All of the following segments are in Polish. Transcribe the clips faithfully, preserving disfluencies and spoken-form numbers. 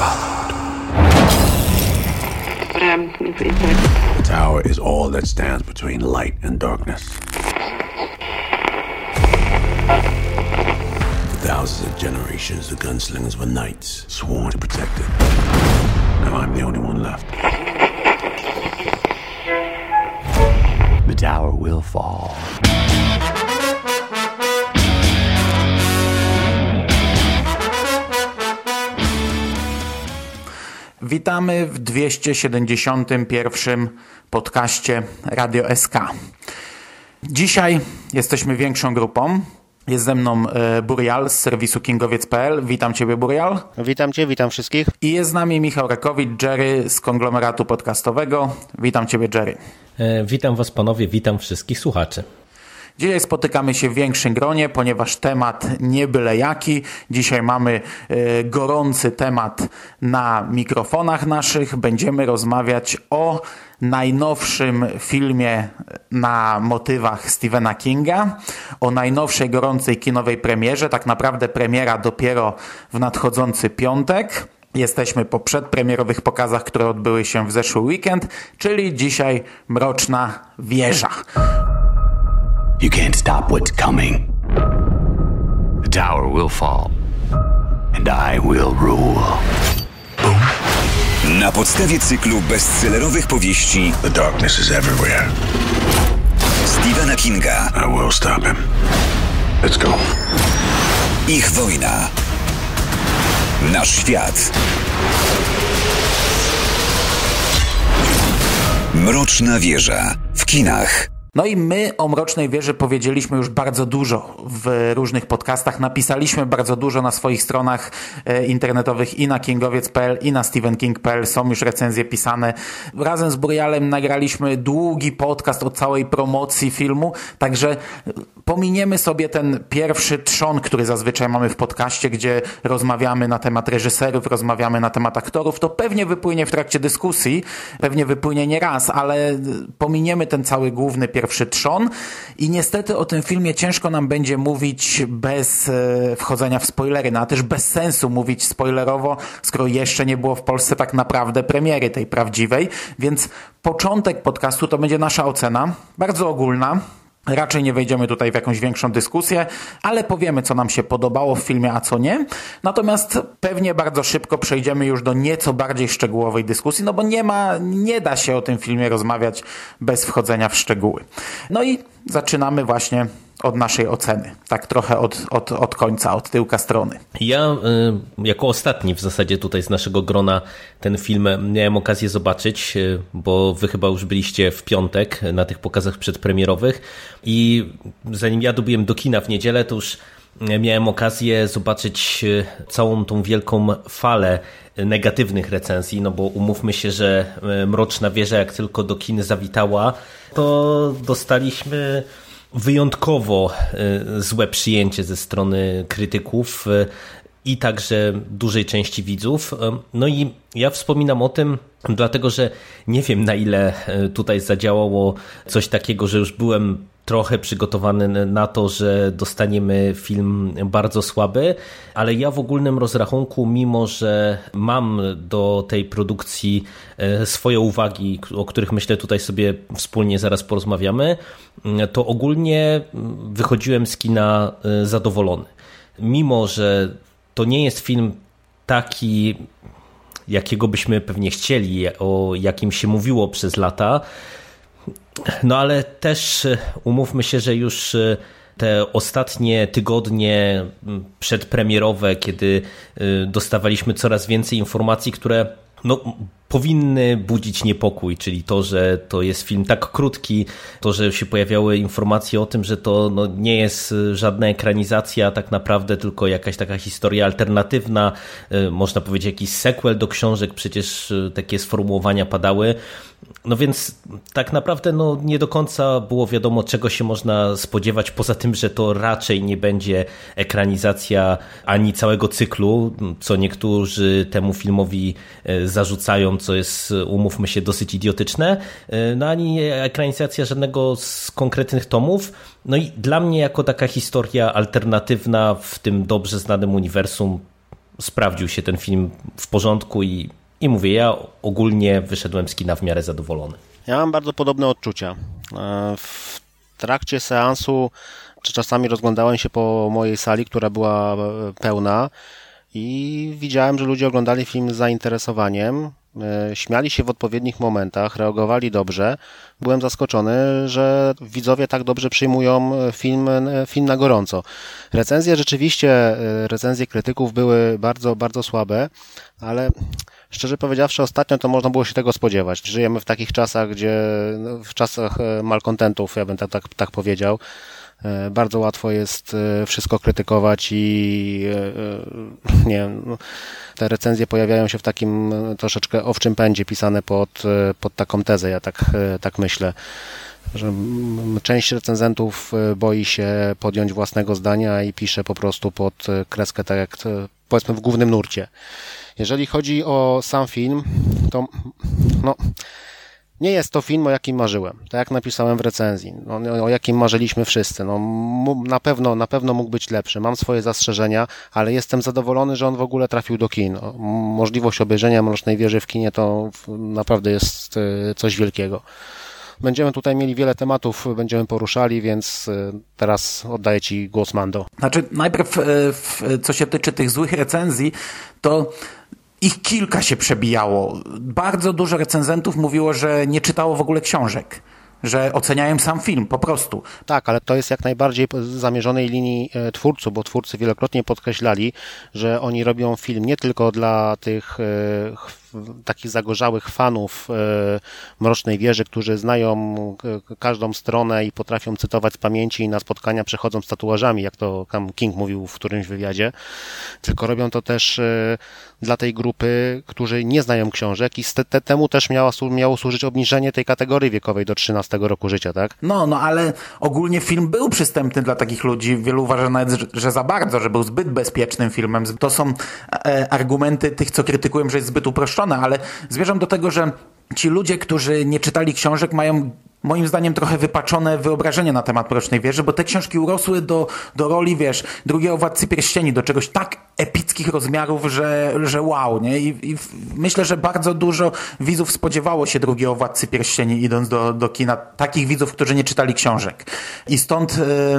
followed. But um, the tower is all that stands between light and darkness. For thousands of generations, the gunslingers were knights, sworn to protect it. Now I'm the only one left. The tower will fall. Witamy w dwieście siedemdziesiątym pierwszym podcaście Radio S K. Dzisiaj jesteśmy większą grupą. Jest ze mną Burial z serwisu kingowiec kropka p l. Witam Ciebie, Burial. Witam Cię, witam wszystkich. I jest z nami Michał Rakowicz, Jerry z konglomeratu podcastowego. Witam Ciebie, Jerry. E, witam Was, panowie, witam wszystkich słuchaczy. Dzisiaj spotykamy się w większym gronie, ponieważ temat nie byle jaki. Dzisiaj mamy e, gorący temat na mikrofonach naszych. Będziemy rozmawiać o najnowszym filmie na motywach Stephena Kinga, o najnowszej gorącej kinowej premierze. Tak naprawdę premiera dopiero w nadchodzący piątek. Jesteśmy po przedpremierowych pokazach, które odbyły się w zeszły weekend, czyli dzisiaj Mroczna Wieża. You can't stop what's coming. The tower will fall. And I will rule. Boom. Na podstawie cyklu bestsellerowych powieści The darkness is everywhere. Stephena Kinga. I will stop him. Let's go. Ich wojna. Nasz świat. Mroczna Wieża. W kinach. No i my o Mrocznej Wieży powiedzieliśmy już bardzo dużo w różnych podcastach. Napisaliśmy bardzo dużo na swoich stronach internetowych i na kingowiec kropka p l i na stephen king kropka p l. Są już recenzje pisane. Razem z Burialem nagraliśmy długi podcast o całej promocji filmu, także pominiemy sobie ten pierwszy trzon, który zazwyczaj mamy w podcaście, gdzie rozmawiamy na temat reżyserów, rozmawiamy na temat aktorów. To pewnie wypłynie w trakcie dyskusji, pewnie wypłynie nie raz, ale pominiemy ten cały główny pierwszy Pierwszy trzon i niestety o tym filmie ciężko nam będzie mówić bez e, wchodzenia w spoilery, no a też bez sensu mówić spoilerowo, skoro jeszcze nie było w Polsce tak naprawdę premiery tej prawdziwej, więc początek podcastu to będzie nasza ocena, bardzo ogólna. Raczej nie wejdziemy tutaj w jakąś większą dyskusję, ale powiemy, co nam się podobało w filmie, a co nie. Natomiast pewnie bardzo szybko przejdziemy już do nieco bardziej szczegółowej dyskusji, no bo nie ma, nie da się o tym filmie rozmawiać bez wchodzenia w szczegóły. No i zaczynamy właśnie od naszej oceny. Tak trochę od, od, od końca, od tyłka strony. Ja y, jako ostatni w zasadzie tutaj z naszego grona ten film miałem okazję zobaczyć, y, bo wy chyba już byliście w piątek na tych pokazach przedpremierowych i zanim ja dobiłem do kina w niedzielę, to już miałem okazję zobaczyć całą tą wielką falę negatywnych recenzji, no bo umówmy się, że Mroczna Wieża jak tylko do kin zawitała, to dostaliśmy wyjątkowo złe przyjęcie ze strony krytyków i także dużej części widzów. No i ja wspominam o tym, dlatego że nie wiem, na ile tutaj zadziałało coś takiego, że już byłem trochę przygotowany na to, że dostaniemy film bardzo słaby, ale ja w ogólnym rozrachunku, mimo że mam do tej produkcji swoje uwagi, o których myślę tutaj sobie wspólnie zaraz porozmawiamy, to ogólnie wychodziłem z kina zadowolony. Mimo że to nie jest film taki, jakiego byśmy pewnie chcieli, o jakim się mówiło przez lata, no ale też umówmy się, że już te ostatnie tygodnie przedpremierowe, kiedy dostawaliśmy coraz więcej informacji, które no, powinny budzić niepokój, czyli to, że to jest film tak krótki, to, że się pojawiały informacje o tym, że to no, nie jest żadna ekranizacja tak naprawdę, tylko jakaś taka historia alternatywna, można powiedzieć jakiś sequel do książek, przecież takie sformułowania padały. No więc tak naprawdę no, nie do końca było wiadomo, czego się można spodziewać, poza tym, że to raczej nie będzie ekranizacja ani całego cyklu, co niektórzy temu filmowi zarzucają, co jest, umówmy się, dosyć idiotyczne, no ani ekranizacja żadnego z konkretnych tomów. No i dla mnie jako taka historia alternatywna w tym dobrze znanym uniwersum sprawdził się ten film w porządku i, i mówię, ja ogólnie wyszedłem z kina w miarę zadowolony. Ja mam bardzo podobne odczucia. W trakcie seansu czy czasami rozglądałem się po mojej sali, która była pełna i widziałem, że ludzie oglądali film z zainteresowaniem, śmiali się w odpowiednich momentach, reagowali dobrze. Byłem zaskoczony, że widzowie tak dobrze przyjmują film, film na gorąco. Recenzje rzeczywiście, recenzje krytyków były bardzo, bardzo słabe, ale szczerze powiedziawszy, ostatnio to można było się tego spodziewać. Żyjemy w takich czasach, gdzie w czasach malkontentów, ja bym tak, tak, tak powiedział, bardzo łatwo jest wszystko krytykować i nie wiem, te recenzje pojawiają się w takim troszeczkę owczym pędzie pisane pod, pod taką tezę, ja tak, tak myślę, że część recenzentów boi się podjąć własnego zdania i pisze po prostu pod kreskę, tak jak powiedzmy w głównym nurcie. Jeżeli chodzi o sam film, to no nie jest to film, o jakim marzyłem, tak jak napisałem w recenzji, no, o jakim marzyliśmy wszyscy. No, na pewno, na pewno mógł być lepszy, mam swoje zastrzeżenia, ale jestem zadowolony, że on w ogóle trafił do kin. Możliwość obejrzenia Mrocznej Wieży w kinie to naprawdę jest coś wielkiego. Będziemy tutaj mieli wiele tematów, będziemy poruszali, więc teraz oddaję Ci głos, Mando. Znaczy, najpierw co się tyczy tych złych recenzji, to ich kilka się przebijało. Bardzo dużo recenzentów mówiło, że nie czytało w ogóle książek, że oceniają sam film, po prostu. Tak, ale to jest jak najbardziej zamierzonej linii twórców, bo twórcy wielokrotnie podkreślali, że oni robią film nie tylko dla tych takich zagorzałych fanów Mrocznej Wieży, którzy znają każdą stronę i potrafią cytować z pamięci i na spotkania przychodzą z tatuażami, jak to King mówił w którymś wywiadzie, tylko robią to też dla tej grupy, którzy nie znają książek i te, temu też miało, miało służyć obniżenie tej kategorii wiekowej do trzynastego roku życia, tak? No, no, ale ogólnie film był przystępny dla takich ludzi. Wielu uważa nawet, że, że za bardzo, że był zbyt bezpiecznym filmem. To są e, argumenty tych, co krytykują, że jest zbyt uproszczony, ale zmierzam do tego, że ci ludzie, którzy nie czytali książek, mają moim zdaniem trochę wypaczone wyobrażenie na temat Mrocznej Wieży, bo te książki urosły do, do roli, wiesz, drugiego Władcy Pierścieni, do czegoś tak epickich rozmiarów, że, że wow, nie? I, i myślę, że bardzo dużo widzów spodziewało się drugiego Władcy Pierścieni, idąc do, do kina. Takich widzów, którzy nie czytali książek. I stąd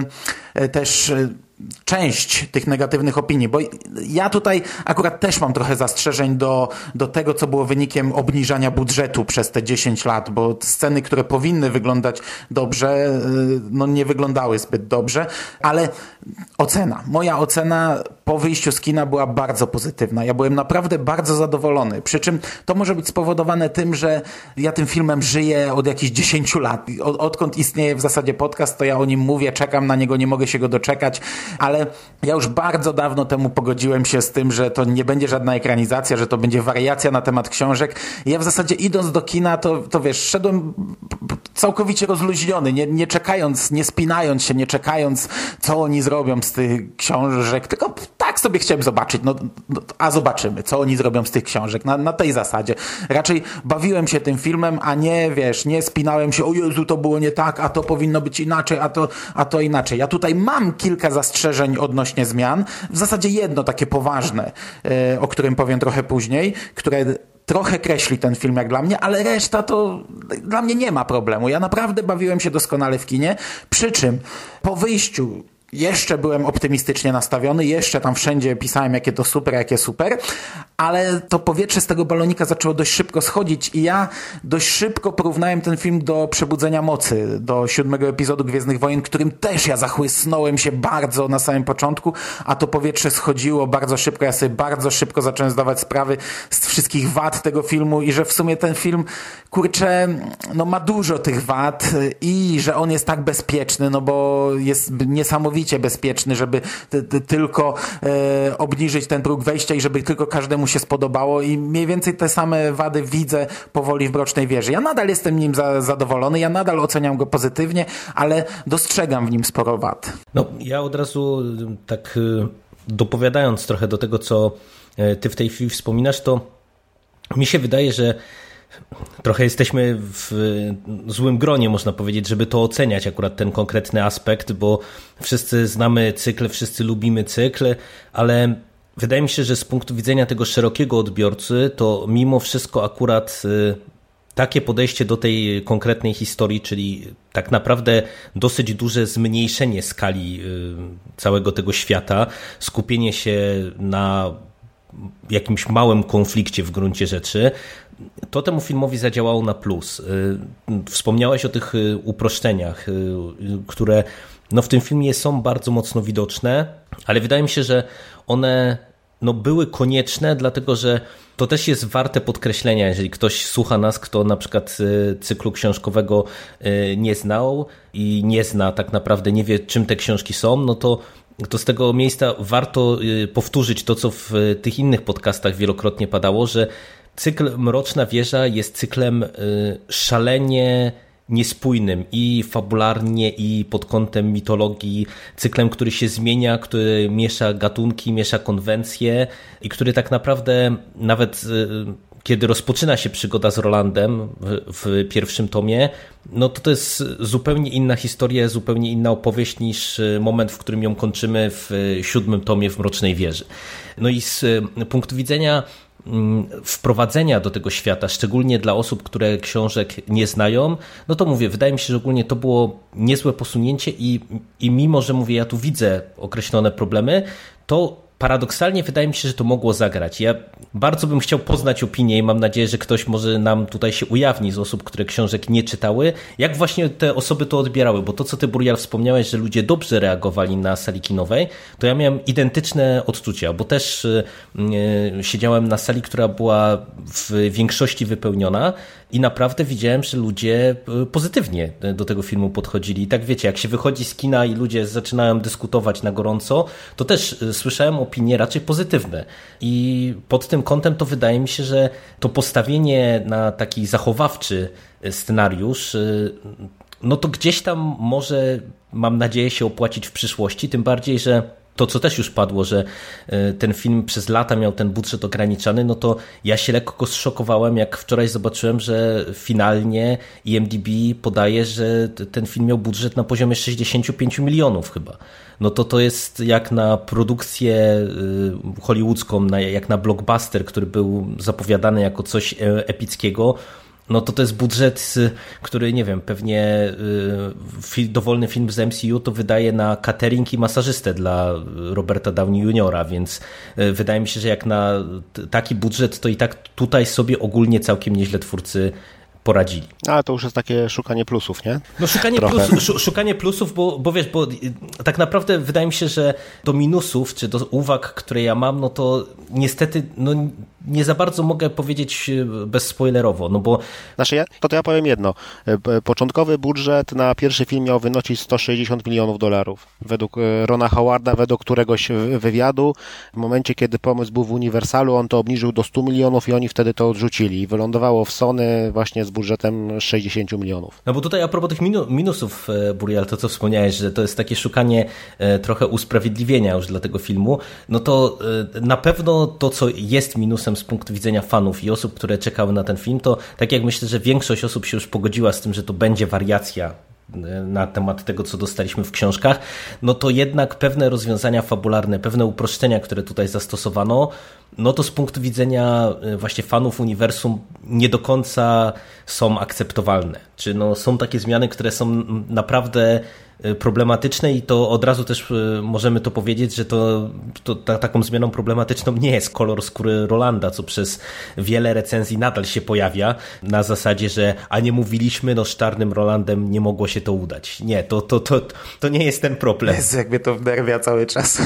y, też y, część tych negatywnych opinii, bo ja tutaj akurat też mam trochę zastrzeżeń do, do tego, co było wynikiem obniżania budżetu przez te dziesięć lat, bo sceny, które powinny wyglądać dobrze, no nie wyglądały zbyt dobrze, ale ocena, moja ocena po wyjściu z kina była bardzo pozytywna. Ja byłem naprawdę bardzo zadowolony, przy czym to może być spowodowane tym, że ja tym filmem żyję od jakichś dziesięciu lat. Od, odkąd istnieje w zasadzie podcast, to ja o nim mówię, czekam na niego, nie mogę się go doczekać, ale ja już bardzo dawno temu pogodziłem się z tym, że to nie będzie żadna ekranizacja, że to będzie wariacja na temat książek. I ja w zasadzie idąc do kina, to, to wiesz, szedłem całkowicie rozluźniony, nie, nie czekając, nie spinając się, nie czekając, co oni zrobią z tych książek, tylko tak sobie chciałem zobaczyć, no, no a zobaczymy, co oni zrobią z tych książek, na, na tej zasadzie. Raczej bawiłem się tym filmem, a nie, wiesz, nie spinałem się, o Jezu, to było nie tak, a to powinno być inaczej, a to, a to inaczej. Ja tutaj mam kilka zastrzeżeń odnośnie zmian, w zasadzie jedno takie poważne, yy, o którym powiem trochę później, które trochę kreśli ten film jak dla mnie, ale reszta to dla mnie nie ma problemu. Ja naprawdę bawiłem się doskonale w kinie, przy czym po wyjściu jeszcze byłem optymistycznie nastawiony, jeszcze tam wszędzie pisałem, jakie to super, jakie super, ale to powietrze z tego balonika zaczęło dość szybko schodzić i ja dość szybko porównałem ten film do Przebudzenia Mocy, do siódmego epizodu Gwiezdnych Wojen, którym też ja zachłysnąłem się bardzo na samym początku, a to powietrze schodziło bardzo szybko. Ja sobie bardzo szybko zacząłem zdawać sprawy z wszystkich wad tego filmu i że w sumie ten film, kurczę, no ma dużo tych wad i że on jest tak bezpieczny, no bo jest niesamowicie bezpieczny, żeby t- t- tylko e, obniżyć ten próg wejścia i żeby tylko każdemu się spodobało i mniej więcej te same wady widzę powoli w Mrocznej Wieży. Ja nadal jestem nim za, zadowolony, ja nadal oceniam go pozytywnie, ale dostrzegam w nim sporo wad. No, ja od razu tak dopowiadając trochę do tego, co ty w tej chwili wspominasz, to mi się wydaje, że trochę jesteśmy w złym gronie, można powiedzieć, żeby to oceniać, akurat ten konkretny aspekt, bo wszyscy znamy cykl, wszyscy lubimy cykl, ale wydaje mi się, że z punktu widzenia tego szerokiego odbiorcy, to mimo wszystko akurat takie podejście do tej konkretnej historii, czyli tak naprawdę dosyć duże zmniejszenie skali całego tego świata, skupienie się na jakimś małym konflikcie w gruncie rzeczy, to temu filmowi zadziałało na plus. Wspomniałeś o tych uproszczeniach, które no w tym filmie są bardzo mocno widoczne, ale wydaje mi się, że one no były konieczne, dlatego że to też jest warte podkreślenia, jeżeli ktoś słucha nas, kto na przykład cyklu książkowego nie znał i nie zna tak naprawdę, nie wie czym te książki są, no to to z tego miejsca warto powtórzyć to, co w tych innych podcastach wielokrotnie padało, że cykl Mroczna Wieża jest cyklem szalenie niespójnym i fabularnie, i pod kątem mitologii, cyklem, który się zmienia, który miesza gatunki, miesza konwencje i który tak naprawdę nawet kiedy rozpoczyna się przygoda z Rolandem w, w pierwszym tomie, no to to jest zupełnie inna historia, zupełnie inna opowieść niż moment, w którym ją kończymy w siódmym tomie w Mrocznej Wieży. No i z punktu widzenia wprowadzenia do tego świata, szczególnie dla osób, które książek nie znają, no to mówię, wydaje mi się, że ogólnie to było niezłe posunięcie i, i mimo, że mówię, ja tu widzę określone problemy, to paradoksalnie wydaje mi się, że to mogło zagrać. Ja bardzo bym chciał poznać opinię i mam nadzieję, że ktoś może nam tutaj się ujawni z osób, które książek nie czytały, jak właśnie te osoby to odbierały, bo to, co ty, Burial, wspomniałeś, że ludzie dobrze reagowali na sali kinowej, to ja miałem identyczne odczucia, bo też yy, siedziałem na sali, która była w większości wypełniona i naprawdę widziałem, że ludzie pozytywnie do tego filmu podchodzili. I tak wiecie, jak się wychodzi z kina i ludzie zaczynają dyskutować na gorąco, to też słyszałem opinie raczej pozytywne. I pod tym kątem to wydaje mi się, że to postawienie na taki zachowawczy scenariusz, no to gdzieś tam może, mam nadzieję, się opłacić w przyszłości, tym bardziej, że to, co też już padło, że ten film przez lata miał ten budżet ograniczony, no to ja się lekko zszokowałem, jak wczoraj zobaczyłem, że finalnie I M D B podaje, że ten film miał budżet na poziomie sześćdziesiąt pięć milionów chyba. No to to jest jak na produkcję hollywoodzką, jak na blockbuster, który był zapowiadany jako coś epickiego, no to to jest budżet, który, nie wiem, pewnie dowolny film z M C U to wydaje na catering i masażystę dla Roberta Downey juniora, więc wydaje mi się, że jak na taki budżet, to i tak tutaj sobie ogólnie całkiem nieźle twórcy poradzili. Ale to już jest takie szukanie plusów, nie? No szukanie, plus, szukanie plusów, bo, bo wiesz, bo tak naprawdę wydaje mi się, że do minusów, czy do uwag, które ja mam, no to niestety no, nie za bardzo mogę powiedzieć bezspoilerowo, no bo... Znaczy, ja, to, to ja powiem jedno. Początkowy budżet na pierwszy film miał wynosić sto sześćdziesiąt milionów dolarów. Według Rona Howarda, według któregoś wywiadu, w momencie, kiedy pomysł był w Uniwersalu, on to obniżył do stu milionów i oni wtedy to odrzucili. I wylądowało w Sony właśnie z budżetem sześćdziesiąt milionów. No bo tutaj a propos tych minu- minusów, Burial, to co wspomniałeś, że to jest takie szukanie e, trochę usprawiedliwienia już dla tego filmu, no to e, na pewno to, co jest minusem z punktu widzenia fanów i osób, które czekały na ten film, to tak jak myślę, że większość osób się już pogodziła z tym, że to będzie wariacja na temat tego, co dostaliśmy w książkach, no to jednak pewne rozwiązania fabularne, pewne uproszczenia, które tutaj zastosowano, no to z punktu widzenia właśnie fanów uniwersum nie do końca są akceptowalne. Czy no są takie zmiany, które są naprawdę problematyczne i to od razu też możemy to powiedzieć, że to, to ta, taką zmianą problematyczną nie jest kolor skóry Rolanda, co przez wiele recenzji nadal się pojawia na zasadzie, że a nie mówiliśmy, no z czarnym Rolandem nie mogło się to udać. Nie, to, to, to, to nie jest ten problem. Jest, jakby to wnerwia cały czas.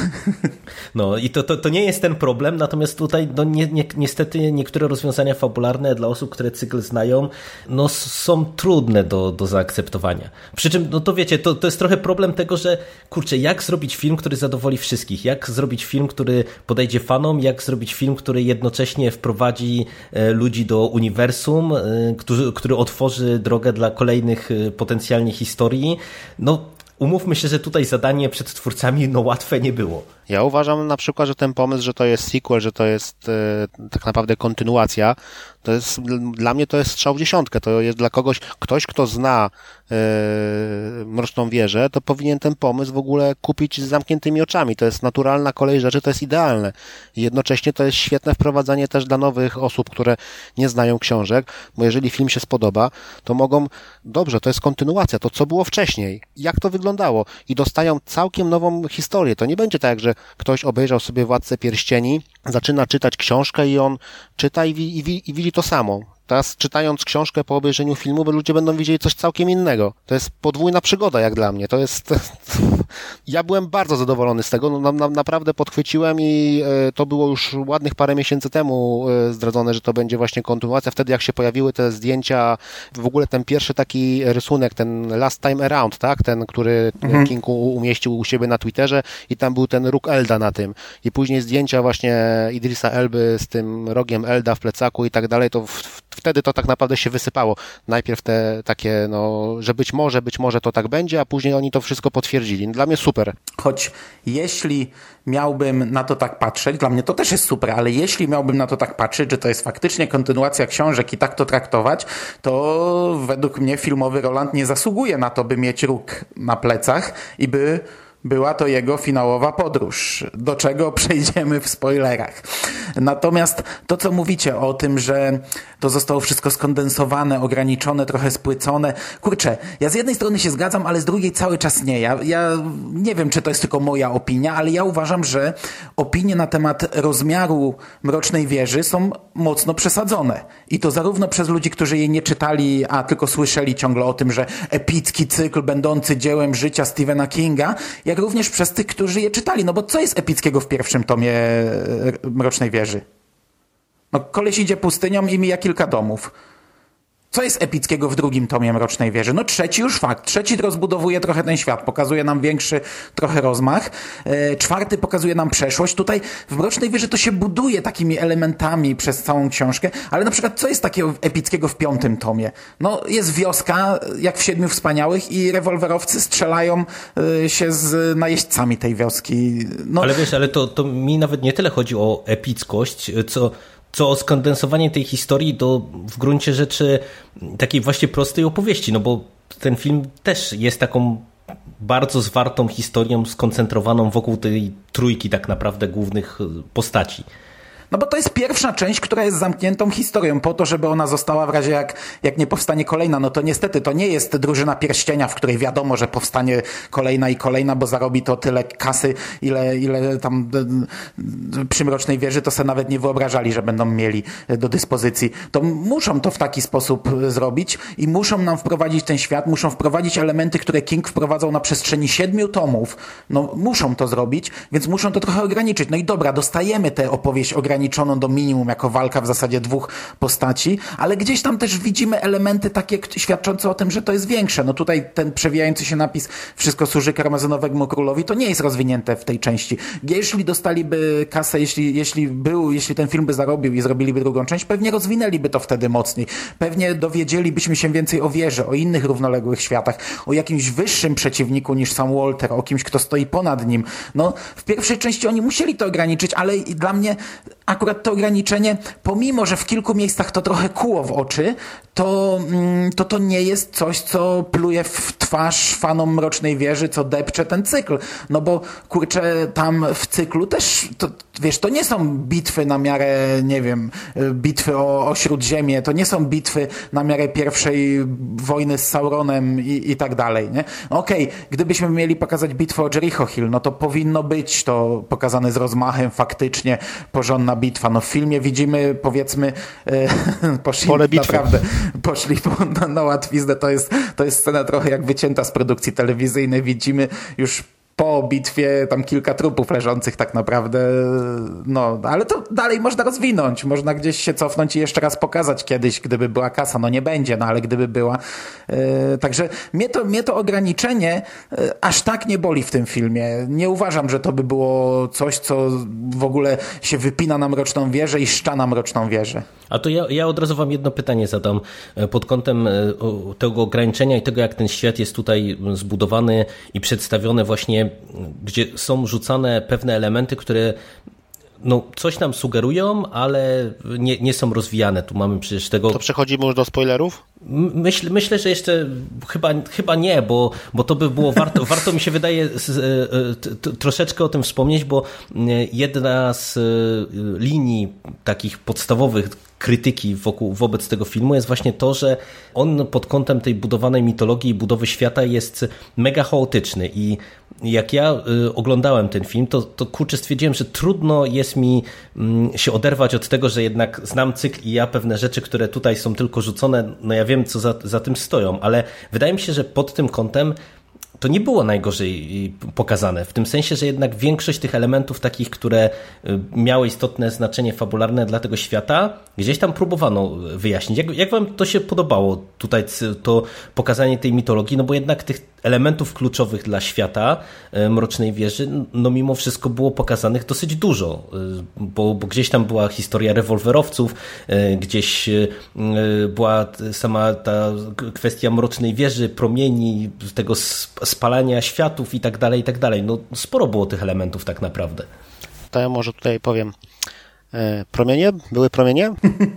No i to, to, to nie jest ten problem, natomiast tutaj no, ni, ni, niestety niektóre rozwiązania fabularne dla osób, które cykl znają, no są trudne do, do zaakceptowania. Przy czym, no to wiecie, to, to jest trochę problem tego, że kurczę, jak zrobić film, który zadowoli wszystkich? Jak zrobić film, który podejdzie fanom? Jak zrobić film, który jednocześnie wprowadzi ludzi do uniwersum, który, który otworzy drogę dla kolejnych potencjalnie historii? No umówmy się, że tutaj zadanie przed twórcami no łatwe nie było. Ja uważam na przykład, że ten pomysł, że to jest sequel, że to jest e, tak naprawdę kontynuacja, To jest, dla mnie to jest strzał w dziesiątkę. To jest dla kogoś, ktoś, kto zna e, Mroczną Wieżę, to powinien ten pomysł w ogóle kupić z zamkniętymi oczami. To jest naturalna kolej rzeczy, to jest idealne. I jednocześnie to jest świetne wprowadzenie też dla nowych osób, które nie znają książek, bo jeżeli film się spodoba, to mogą, dobrze, to jest kontynuacja, to co było wcześniej, jak to wyglądało i dostają całkiem nową historię. To nie będzie tak, że ktoś obejrzał sobie Władcę Pierścieni, zaczyna czytać książkę i on czyta i, wi- i, wi- i widzi to samo. Teraz czytając książkę po obejrzeniu filmu, bo ludzie będą widzieli coś całkiem innego. To jest podwójna przygoda jak dla mnie. To jest... Ja byłem bardzo zadowolony z tego. No, na, na, naprawdę podchwyciłem i e, to było już ładnych parę miesięcy temu e, zdradzone, że to będzie właśnie kontynuacja. Wtedy jak się pojawiły te zdjęcia, w ogóle ten pierwszy taki rysunek, ten Last Time Around, tak? Ten, który mhm. King umieścił u siebie na Twitterze i tam był ten róg Elda na tym. I później zdjęcia właśnie Idrisa Elby z tym rogiem Elda w plecaku i tak dalej, to w, w, wtedy to tak naprawdę się wysypało. Najpierw te takie, no, że być może, być może to tak będzie, a później oni to wszystko potwierdzili. Dla mnie super. Choć jeśli miałbym na to tak patrzeć, dla mnie to też jest super, ale jeśli miałbym na to tak patrzeć, że to jest faktycznie kontynuacja książek i tak to traktować, to według mnie filmowy Roland nie zasługuje na to, by mieć róg na plecach i by była to jego finałowa podróż, do czego przejdziemy w spoilerach. Natomiast to, co mówicie o tym, że to zostało wszystko skondensowane, ograniczone, trochę spłycone. Kurczę, ja z jednej strony się zgadzam, ale z drugiej cały czas nie. Ja, ja nie wiem, czy to jest tylko moja opinia, ale ja uważam, że opinie na temat rozmiaru Mrocznej Wieży są mocno przesadzone. I to zarówno przez ludzi, którzy jej nie czytali, a tylko słyszeli ciągle o tym, że epicki cykl będący dziełem życia Stephena Kinga, jak również przez tych, którzy je czytali. No bo co jest epickiego w pierwszym tomie Mrocznej Wieży? No koleś idzie pustynią i mija kilka domów. Co jest epickiego w drugim tomie Mrocznej Wieży? No trzeci już fakt. Trzeci rozbudowuje trochę ten świat. Pokazuje nam większy trochę rozmach. E, czwarty pokazuje nam przeszłość. Tutaj w Mrocznej Wieży to się buduje takimi elementami przez całą książkę. Ale na przykład co jest takiego epickiego w piątym tomie? No jest wioska, jak w Siedmiu Wspaniałych i rewolwerowcy strzelają e, się z najeźdźcami tej wioski. No, ale wiesz, ale to, to mi nawet nie tyle chodzi o epickość, co... co o skondensowanie tej historii do w gruncie rzeczy takiej właśnie prostej opowieści, no bo ten film też jest taką bardzo zwartą historią skoncentrowaną wokół tej trójki tak naprawdę głównych postaci. No bo to jest pierwsza część, która jest zamkniętą historią po to, żeby ona została w razie jak, jak nie powstanie kolejna. No to niestety to nie jest Drużyna Pierścienia, w której wiadomo, że powstanie kolejna i kolejna, bo zarobi to tyle kasy, ile, ile tam przy Mrocznej Wieży to sobie nawet nie wyobrażali, że będą mieli do dyspozycji. To muszą to w taki sposób zrobić i muszą nam wprowadzić ten świat, muszą wprowadzić elementy, które King wprowadzał na przestrzeni siedmiu tomów. No muszą to zrobić, więc muszą to trochę ograniczyć. No i dobra, dostajemy tę opowieść ograniczoną ograniczoną do minimum jako walka w zasadzie dwóch postaci, ale gdzieś tam też widzimy elementy takie świadczące o tym, że to jest większe. No tutaj ten przewijający się napis wszystko służy karmazynowemu królowi, to nie jest rozwinięte w tej części. Jeśli dostaliby kasę, jeśli, jeśli był, jeśli ten film by zarobił i zrobiliby drugą część, pewnie rozwinęliby to wtedy mocniej. Pewnie dowiedzielibyśmy się więcej o wieży, o innych równoległych światach, o jakimś wyższym przeciwniku niż sam Walter, o kimś, kto stoi ponad nim. No, w pierwszej części oni musieli to ograniczyć, ale dla mnie akurat to ograniczenie, pomimo że w kilku miejscach to trochę kuło w oczy, to to, to nie jest coś, co pluje w twarz fanom Mrocznej Wieży, co depcze ten cykl. No bo, kurczę, tam w cyklu też, to, wiesz, to nie są bitwy na miarę, nie wiem, bitwy o, o Śródziemie, to nie są bitwy na miarę pierwszej wojny z Sauronem i, i tak dalej, nie? Okej, okay, gdybyśmy mieli pokazać bitwę o Jericho Hill, no to powinno być to pokazane z rozmachem, faktycznie porządna bitwa. No w filmie widzimy, powiedzmy, e, poszli naprawdę, poszli na, na łatwiznę. To jest, to jest scena trochę jak wycięta z produkcji telewizyjnej. Widzimy już po bitwie tam kilka trupów leżących tak naprawdę, no, ale to dalej można rozwinąć, można gdzieś się cofnąć i jeszcze raz pokazać kiedyś, gdyby była kasa, no nie będzie, no ale gdyby była. Yy, także mnie to, mnie to ograniczenie yy, aż tak nie boli w tym filmie. Nie uważam, że to by było coś, co w ogóle się wypina na Mroczną Wieżę i szcza na Mroczną Wieżę. A to ja, ja od razu wam jedno pytanie zadam pod kątem tego ograniczenia i tego, jak ten świat jest tutaj zbudowany i przedstawiony właśnie, gdzie są rzucane pewne elementy, które no, coś nam sugerują, ale nie, nie są rozwijane. Tu mamy przecież tego... To przechodzimy już do spoilerów? Myśl, myślę, że jeszcze chyba, chyba nie, bo, bo to by było warto, warto mi się wydaje troszeczkę o tym wspomnieć, bo jedna z linii takich podstawowych krytyki wokół, wobec tego filmu jest właśnie to, że on pod kątem tej budowanej mitologii i budowy świata jest mega chaotyczny i jak ja oglądałem ten film, to, to kurczę stwierdziłem, że trudno jest mi się oderwać od tego, że jednak znam cykl i ja pewne rzeczy, które tutaj są tylko rzucone, no ja wiem, co za, za tym stoją, ale wydaje mi się, że pod tym kątem to nie było najgorzej pokazane, w tym sensie, że jednak większość tych elementów takich, które miały istotne znaczenie fabularne dla tego świata, gdzieś tam próbowano wyjaśnić. Jak, jak wam to się podobało tutaj to pokazanie tej mitologii, no bo jednak tych elementów kluczowych dla świata Mrocznej Wieży, no mimo wszystko było pokazanych dosyć dużo, bo, bo gdzieś tam była historia rewolwerowców, gdzieś była sama ta kwestia Mrocznej Wieży, promieni, tego spalania światów i tak dalej, i tak dalej. No sporo było tych elementów tak naprawdę. To ja może tutaj powiem. Promienie? Były promienie?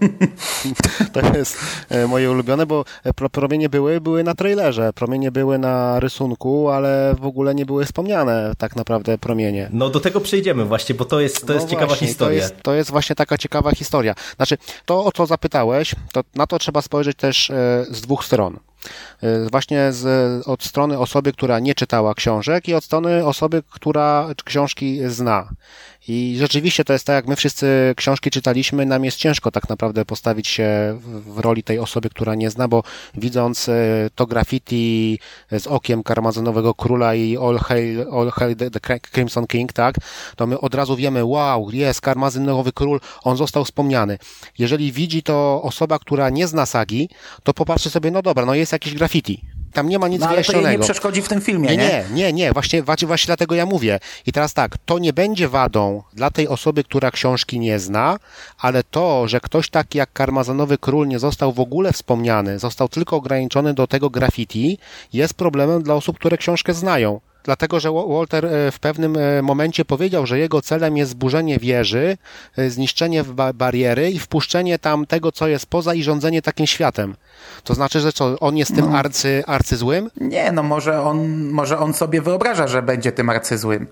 To jest moje ulubione, bo promienie były, były na trailerze, promienie były na rysunku, ale w ogóle nie były wspomniane tak naprawdę promienie. No do tego przejdziemy właśnie, bo to jest, to no jest właśnie, ciekawa historia. To jest, to jest właśnie taka ciekawa historia. Znaczy, to o co zapytałeś, to na to trzeba spojrzeć też z dwóch stron. Właśnie z, od strony osoby, która nie czytała książek i od strony osoby, która książki zna. I rzeczywiście to jest tak, jak my wszyscy książki czytaliśmy, nam jest ciężko tak naprawdę postawić się w roli tej osoby, która nie zna, bo widząc to graffiti z okiem Karmazynowego Króla i All Hail, All Hail the Crimson King, tak, to my od razu wiemy, wow, jest Karmazynowy Król, on został wspomniany. Jeżeli widzi to osoba, która nie zna sagi, to popatrzy sobie, no dobra, no jest jakiś graffiti. Tam nie ma nic no, ale wyjaśnionego. to jej nie przeszkodzi w tym filmie, nie? Nie, nie, nie. Właśnie, właśnie, właśnie dlatego ja mówię. I teraz tak, to nie będzie wadą dla tej osoby, która książki nie zna, ale to, że ktoś taki jak Karmazynowy Król nie został w ogóle wspomniany, został tylko ograniczony do tego graffiti, jest problemem dla osób, które książkę znają. Dlatego, że Walter w pewnym momencie powiedział, że jego celem jest zburzenie wieży, zniszczenie bariery i wpuszczenie tam tego, co jest poza i rządzenie takim światem. To znaczy, że co, on jest tym arcy, arcyzłym? Nie, no może on, może on sobie wyobraża, że będzie tym arcyzłym.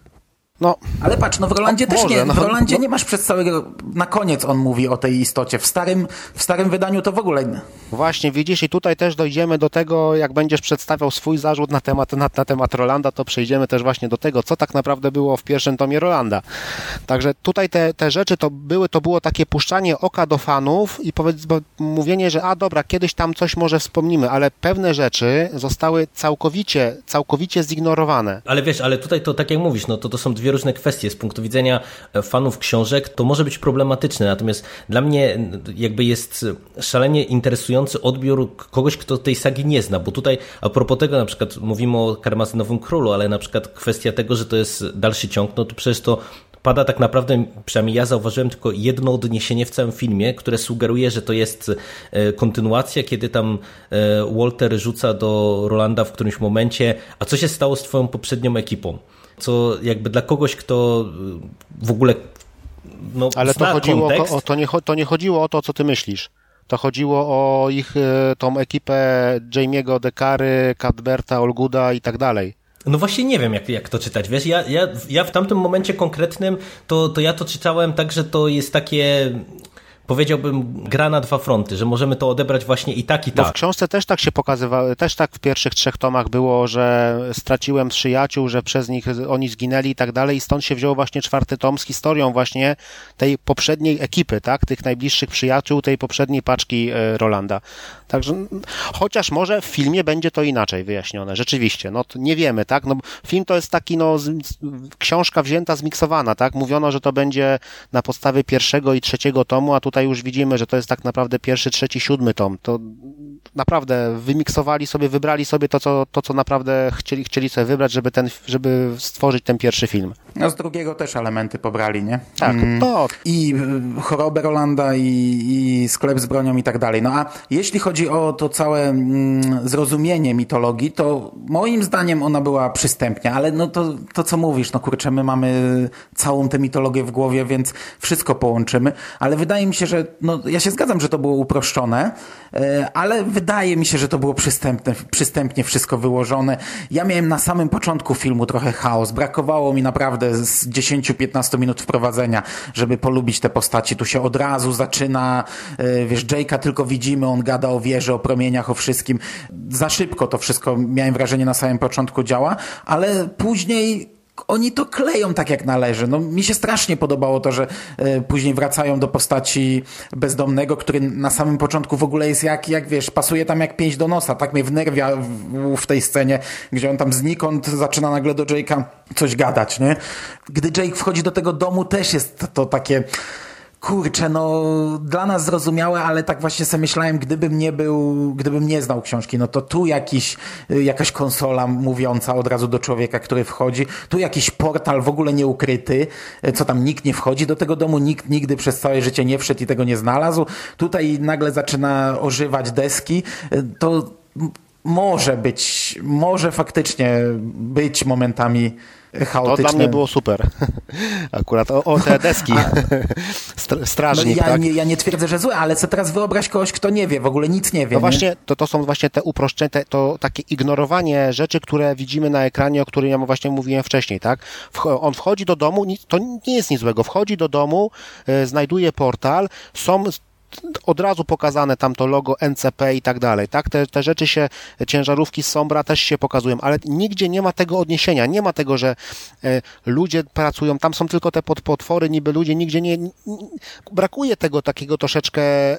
No, ale patrz, no w Rolandzie też może, nie, no, w Rolandzie no. nie masz przez całego, na koniec on mówi o tej istocie, w starym, w starym wydaniu to w ogóle... Właśnie, widzisz, i tutaj też dojdziemy do tego, jak będziesz przedstawiał swój zarzut na temat, na, na temat Rolanda, to przejdziemy też właśnie do tego, co tak naprawdę było w pierwszym tomie Rolanda. Także tutaj te, te rzeczy to były, to było takie puszczanie oka do fanów i powiedz, mówienie, że a dobra, kiedyś tam coś może wspomnimy, ale pewne rzeczy zostały całkowicie, całkowicie zignorowane. Ale wiesz, ale tutaj to tak jak mówisz, no to to są dwie różne kwestie. Z punktu widzenia fanów książek to może być problematyczne, natomiast dla mnie jakby jest szalenie interesujący odbiór kogoś, kto tej sagi nie zna, bo tutaj a propos tego na przykład mówimy o Karmazynowym Królu, ale na przykład kwestia tego, że to jest dalszy ciąg, no to przecież to pada tak naprawdę, przynajmniej ja zauważyłem tylko jedno odniesienie w całym filmie, które sugeruje, że to jest kontynuacja, kiedy tam Walter rzuca do Rolanda w którymś momencie, a co się stało z twoją poprzednią ekipą? Co jakby dla kogoś, kto w ogóle no, ale to chodziło kontekst... o, to, nie, to nie chodziło o to, co ty myślisz. To chodziło o ich, tą ekipę Jamie'ego Dekary, Cadberta, Olguda i tak dalej. No właśnie nie wiem, jak, jak to czytać, wiesz, ja, ja, ja w tamtym momencie konkretnym, to, to ja to czytałem tak, że to jest takie... powiedziałbym, gra na dwa fronty, że możemy to odebrać właśnie i tak, i tak. Bo w książce też tak się pokazywało, też tak w pierwszych trzech tomach było, że straciłem przyjaciół, że przez nich oni zginęli i tak dalej i stąd się wziął właśnie czwarty tom z historią właśnie tej poprzedniej ekipy, tak, tych najbliższych przyjaciół, tej poprzedniej paczki Rolanda. Także, chociaż może w filmie będzie to inaczej wyjaśnione, rzeczywiście, no to nie wiemy, tak, no film to jest taki, no z, z, książka wzięta, zmiksowana, tak, mówiono, że to będzie na podstawie pierwszego i trzeciego tomu, a tutaj już widzimy, że to jest tak naprawdę pierwszy, trzeci, siódmy tom, to naprawdę wymiksowali sobie, wybrali sobie to, co, to, co naprawdę chcieli, chcieli sobie wybrać, żeby, ten, żeby stworzyć ten pierwszy film. No z drugiego też elementy pobrali, nie? Tak, mm. to... I chorobę Rolanda, i, i sklep z bronią i tak dalej. No a jeśli chodzi o to całe mm, zrozumienie mitologii, to moim zdaniem ona była przystępnia, ale no to, to co mówisz, no kurczę, my mamy całą tę mitologię w głowie, więc wszystko połączymy, ale wydaje mi się, że no ja się zgadzam, że to było uproszczone, ale wydaje mi się, że to było przystępne, przystępnie wszystko wyłożone. Ja miałem na samym początku filmu trochę chaos. Brakowało mi naprawdę z dziesięć do piętnastu minut wprowadzenia, żeby polubić te postaci. Tu się od razu zaczyna, wiesz, Jake'a tylko widzimy, on gada o wieży, o promieniach, o wszystkim. Za szybko to wszystko, miałem wrażenie, na samym początku działa, ale później oni to kleją tak jak należy. No, mi się strasznie podobało to, że e, później wracają do postaci bezdomnego, który na samym początku w ogóle jest jak, jak wiesz, pasuje tam jak pięść do nosa. Tak mnie wnerwia w, w tej scenie, gdzie on tam znikąd zaczyna nagle do Jake'a coś gadać, nie? Gdy Jake wchodzi do tego domu, też jest to, to takie... Kurczę, no dla nas zrozumiałe, ale tak właśnie sobie myślałem, gdybym nie był, gdybym nie znał książki, no to tu jakiś, jakaś konsola mówiąca od razu do człowieka, który wchodzi, tu jakiś portal w ogóle nieukryty, co tam nikt nie wchodzi do tego domu, nikt nigdy przez całe życie nie wszedł i tego nie znalazł. Tutaj nagle zaczyna ożywać deski, to może być, może faktycznie być momentami chaotyczne. To dla mnie było super. Akurat o, o te deski. Strażnik, no ja, tak? nie, ja nie twierdzę, że złe, ale co teraz wyobraź kogoś, kto nie wie, w ogóle nic nie wie. No nie? właśnie, to, to są właśnie te uproszczenia, to takie ignorowanie rzeczy, które widzimy na ekranie, o którym ja właśnie mówiłem wcześniej, tak? On wchodzi do domu, to nie jest nic złego, wchodzi do domu, znajduje portal, są od razu pokazane tam to logo N C P i tak dalej, tak? Te, te rzeczy się, ciężarówki z Sombra też się pokazują, ale nigdzie nie ma tego odniesienia, nie ma tego, że e, ludzie pracują, tam są tylko te podpotwory, niby ludzie, nigdzie nie, nie brakuje tego takiego troszeczkę e,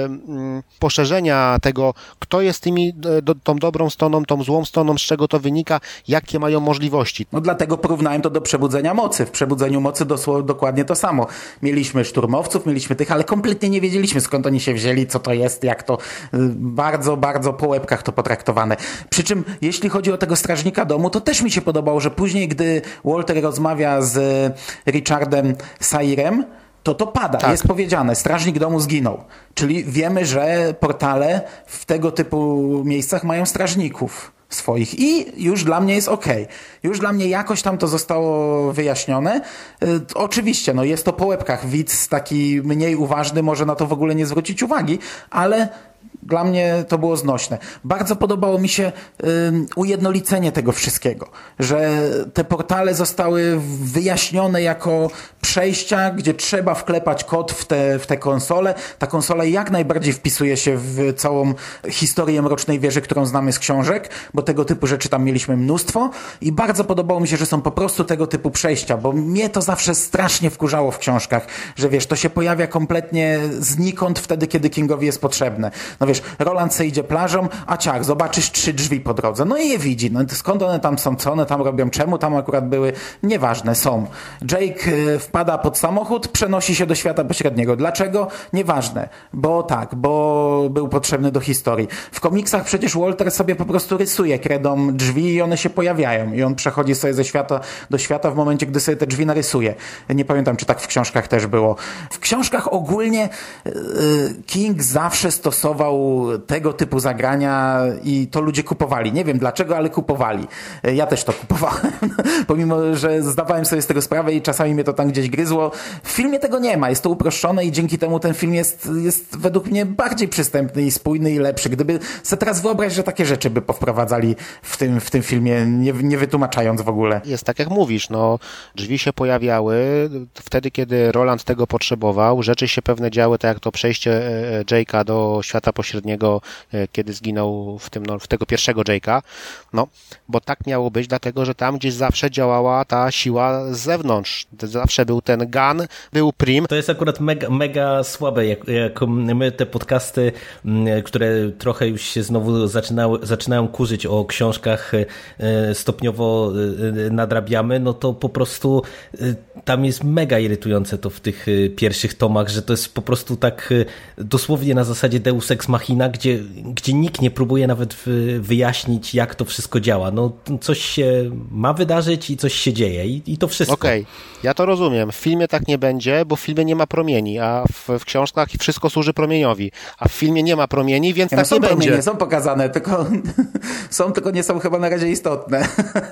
m, poszerzenia tego, kto jest tymi, do, tą dobrą stroną, tą złą stroną, z czego to wynika, jakie mają możliwości. No dlatego porównałem to do Przebudzenia Mocy. W Przebudzeniu Mocy dosło, dokładnie to samo. Mieliśmy szturmowców, mieliśmy tych, ale kompletnie nie wiedzieliśmy, skąd oni się wzięli, co to jest, jak to bardzo, bardzo po łebkach to potraktowane. Przy czym, jeśli chodzi o tego strażnika domu, to też mi się podobało, że później, gdy Walter rozmawia z Richardem Sairem, to to pada. Tak. Jest powiedziane, strażnik domu zginął. Czyli wiemy, że portale w tego typu miejscach mają strażników swoich i już dla mnie jest okej. Okay. Już dla mnie jakoś tam to zostało wyjaśnione. Yy, oczywiście, no jest to po łebkach. Widz taki mniej uważny może na to w ogóle nie zwrócić uwagi, ale dla mnie to było znośne. Bardzo podobało mi się y, ujednolicenie tego wszystkiego, że te portale zostały wyjaśnione jako przejścia, gdzie trzeba wklepać kod w te, w te konsole. Ta konsola jak najbardziej wpisuje się w całą historię Mrocznej Wieży, którą znamy z książek, bo tego typu rzeczy tam mieliśmy mnóstwo i bardzo podobało mi się, że są po prostu tego typu przejścia, bo mnie to zawsze strasznie wkurzało w książkach, że wiesz, to się pojawia kompletnie znikąd wtedy, kiedy Kingowi jest potrzebne. No wiesz, Roland se idzie plażą, a ciach, zobaczysz trzy drzwi po drodze. No i je widzi. No skąd one tam są, co one tam robią, czemu tam akurat były? Nieważne, są. Jake y, wpada pod samochód, przenosi się do świata pośredniego. Dlaczego? Nieważne. Bo tak, bo był potrzebny do historii. W komiksach przecież Walter sobie po prostu rysuje kredą drzwi i one się pojawiają. I on przechodzi sobie ze świata do świata w momencie, gdy sobie te drzwi narysuje. Nie pamiętam, czy tak w książkach też było. W książkach ogólnie y, King zawsze stosował tego typu zagrania i to ludzie kupowali. Nie wiem dlaczego, ale kupowali. Ja też to kupowałem, pomimo że zdawałem sobie z tego sprawę i czasami mnie to tam gdzieś gryzło. W filmie tego nie ma, jest to uproszczone i dzięki temu ten film jest, jest według mnie bardziej przystępny i spójny i lepszy. Gdyby sobie teraz wyobraź, że takie rzeczy by powprowadzali w tym, w tym filmie, nie, nie wytłumaczając w ogóle. Jest tak jak mówisz, no drzwi się pojawiały wtedy, kiedy Roland tego potrzebował, rzeczy się pewne działy, tak jak to przejście Jake'a do świata pośredniego, kiedy zginął w tym, no, w tego pierwszego Jake'a, no, bo tak miało być, dlatego, że tam gdzieś zawsze działała ta siła z zewnątrz. Zawsze był ten Gun, był Prim. To jest akurat mega, mega słabe, jak, jak my te podcasty, które trochę już się znowu zaczynały, zaczynają kurzyć o książkach, stopniowo nadrabiamy, no to po prostu tam jest mega irytujące to w tych pierwszych tomach, że to jest po prostu tak dosłownie na zasadzie Deus Ex Machina machina, gdzie, gdzie nikt nie próbuje nawet wyjaśnić, jak to wszystko działa. No coś się ma wydarzyć i coś się dzieje i, i to wszystko. Okej, okay. Ja to rozumiem. W filmie tak nie będzie, bo w filmie nie ma promieni, a w, w książkach wszystko służy promieniowi, a w filmie nie ma promieni, więc ja, tak no, nie promienie, będzie. Są pokazane, tylko są, tylko nie są chyba na razie istotne.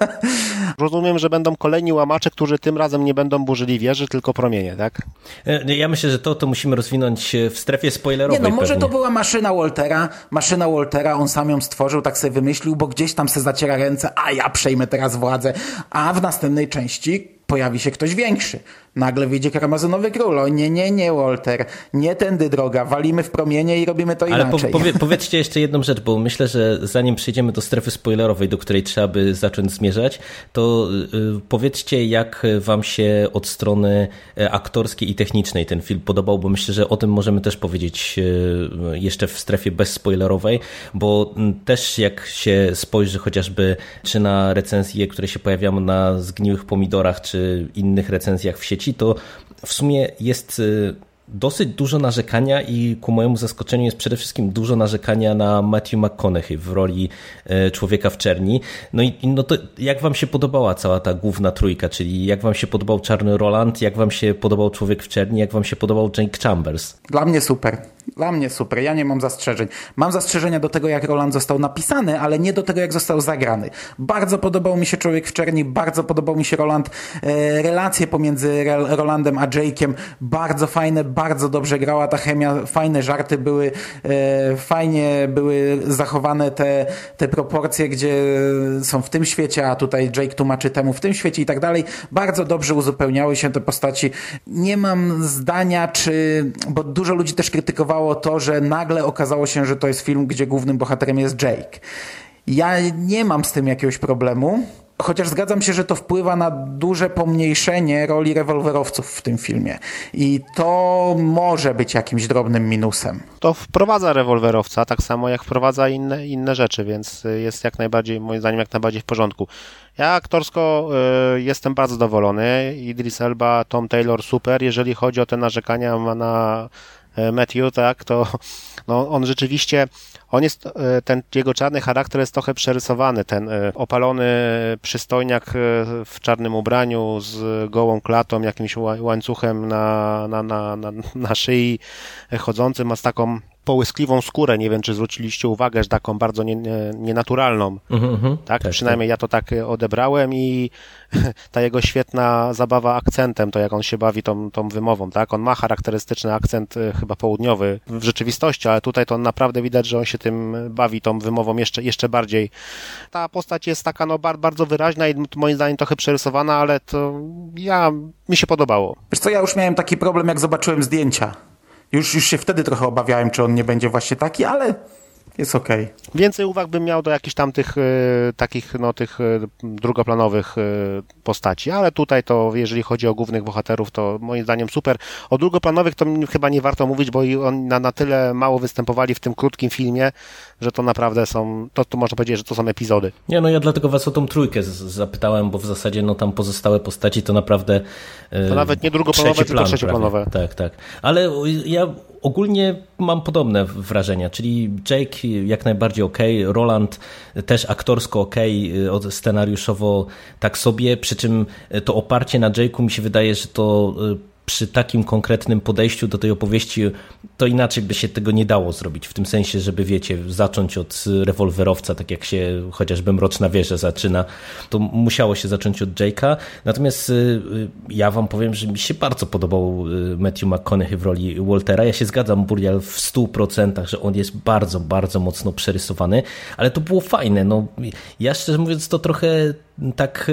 Rozumiem, że będą kolejni łamacze, którzy tym razem nie będą burzyli wieży, tylko promienie, tak? Ja myślę, że to, to musimy rozwinąć w strefie spoilerowej. Nie, no może pewnie. To była maszyna Waltera, maszyna Waltera, on sam ją stworzył, tak sobie wymyślił, bo gdzieś tam se zaciera ręce, a ja przejmę teraz władzę, a w następnej części pojawi się ktoś większy. Nagle wyjdzie karmazynowy król. O nie, nie, nie, Walter. Nie tędy droga. Walimy w promienie i robimy to Ale inaczej. Ale po, powiedzcie jeszcze jedną rzecz, bo myślę, że zanim przejdziemy do strefy spoilerowej, do której trzeba by zacząć zmierzać, to y, powiedzcie, jak wam się od strony aktorskiej i technicznej ten film podobał, bo myślę, że o tym możemy też powiedzieć y, jeszcze w strefie bezspoilerowej, bo y, też jak się spojrzy chociażby czy na recenzje, które się pojawiają na Zgniłych Pomidorach, czy innych recenzjach w sieci, to w sumie jest dosyć dużo narzekania i ku mojemu zaskoczeniu jest przede wszystkim dużo narzekania na Matthew McConaughey w roli Człowieka w czerni. No i no to jak wam się podobała cała ta główna trójka, czyli jak wam się podobał Czarny Roland, jak wam się podobał Człowiek w czerni, jak wam się podobał Jake Chambers? Dla mnie super. Dla mnie super. Ja nie mam zastrzeżeń. Mam zastrzeżenia do tego, jak Roland został napisany, ale nie do tego, jak został zagrany. Bardzo podobał mi się Człowiek w czerni, bardzo podobał mi się Roland. E, relacje pomiędzy Rolandem a Jake'iem bardzo fajne, bardzo dobrze grała ta chemia, fajne żarty były, e, fajnie były zachowane te, te proporcje, gdzie są w tym świecie, a tutaj Jake tłumaczy temu w tym świecie i tak dalej. Bardzo dobrze uzupełniały się te postaci. Nie mam zdania, czy... bo dużo ludzi też krytykowało to, że nagle okazało się, że to jest film, gdzie głównym bohaterem jest Jake. Ja nie mam z tym jakiegoś problemu, chociaż zgadzam się, że to wpływa na duże pomniejszenie roli rewolwerowców w tym filmie. I to może być jakimś drobnym minusem. To wprowadza rewolwerowca, tak samo jak wprowadza inne, inne rzeczy, więc jest jak najbardziej, moim zdaniem, jak najbardziej w porządku. Ja aktorsko y, jestem bardzo zadowolony. Idris Elba, Tom Taylor super. Jeżeli chodzi o te narzekania na Matthew, tak, to no, on rzeczywiście, on jest, ten jego czarny charakter jest trochę przerysowany, ten opalony przystojniak w czarnym ubraniu z gołą klatą, jakimś łańcuchem na, na, na, na, na szyi chodzący, ma z taką połyskliwą skórę, nie wiem, czy zwróciliście uwagę, że taką bardzo nie, nie, nienaturalną, mm-hmm, tak? tak? Przynajmniej tak. Ja to tak odebrałem i ta jego świetna zabawa akcentem, to jak on się bawi tą, tą wymową, tak? On ma charakterystyczny akcent chyba południowy w rzeczywistości, ale tutaj to naprawdę widać, że on się tym bawi, tą wymową jeszcze, jeszcze bardziej. Ta postać jest taka no bardzo wyraźna i moim zdaniem trochę przerysowana, ale to ja, mi się podobało. Wiesz co, ja już miałem taki problem, jak zobaczyłem zdjęcia. Już, już się wtedy trochę obawiałem, czy on nie będzie właśnie taki, ale jest okej. Okay. Więcej uwag bym miał do jakichś tam tych y, takich, no tych y, drugoplanowych y, postaci, ale tutaj to, jeżeli chodzi o głównych bohaterów, to moim zdaniem super. O drugoplanowych to chyba nie warto mówić, bo oni na, na tyle mało występowali w tym krótkim filmie, że to naprawdę są, to, to można powiedzieć, że to są epizody. Nie, no ja dlatego was o tą trójkę z, zapytałem, bo w zasadzie no tam pozostałe postaci to naprawdę y, to nawet nie drugoplanowe, tylko trzecioplanowe. Tak, tak. Ale ja ogólnie mam podobne wrażenia, czyli Jake jak najbardziej okej, okay, Roland też aktorsko okej, okay, scenariuszowo tak sobie, przy czym to oparcie na Jake'u mi się wydaje, że to przy takim konkretnym podejściu do tej opowieści to inaczej by się tego nie dało zrobić, w tym sensie, żeby wiecie, zacząć od rewolwerowca, tak jak się chociażby Mroczna Wieża zaczyna, to musiało się zacząć od Jake'a, natomiast ja wam powiem, że mi się bardzo podobał Matthew McConaughey w roli Waltera, ja się zgadzam, Burial, w stu procentach, że on jest bardzo, bardzo mocno przerysowany, ale to było fajne, no ja szczerze mówiąc to trochę tak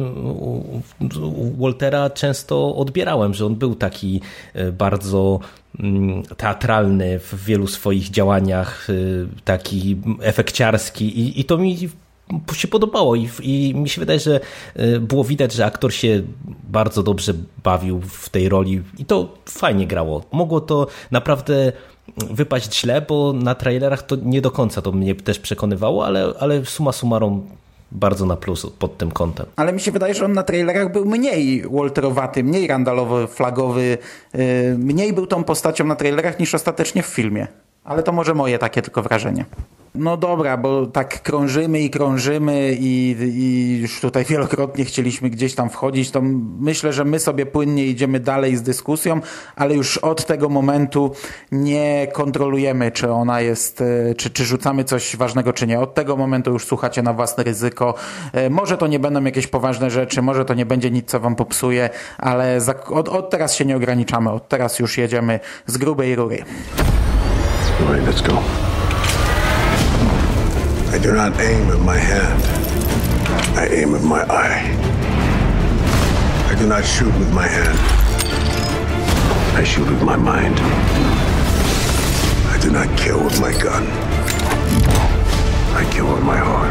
Waltera często odbierałem, że on był taki bardzo teatralny w wielu swoich działaniach, taki efekciarski i, i to mi się podobało I, i mi się wydaje, że było widać, że aktor się bardzo dobrze bawił w tej roli i to fajnie grało. Mogło to naprawdę wypaść źle, bo na trailerach to nie do końca to mnie też przekonywało, ale, ale summa summarum bardzo na plus pod tym kątem. Ale mi się wydaje, że on na trailerach był mniej Walterowaty, mniej randalowy, flagowy, yy, mniej był tą postacią na trailerach niż ostatecznie w filmie. Ale to może moje takie tylko wrażenie. No dobra, bo tak krążymy i krążymy i, i już tutaj wielokrotnie chcieliśmy gdzieś tam wchodzić, to myślę, że my sobie płynnie idziemy dalej z dyskusją, ale już od tego momentu nie kontrolujemy, czy ona jest, czy, czy rzucamy coś ważnego, czy nie. Od tego momentu już słuchacie na własne ryzyko. Może to nie będą jakieś poważne rzeczy, może to nie będzie nic, co wam popsuje, ale za, od, od teraz się nie ograniczamy, od teraz już jedziemy z grubej rury. Right, let's go. I do not aim with my hand. I aim with my eye. I do not shoot with my hand. I shoot with my mind. I do not kill with my gun. I kill with my heart.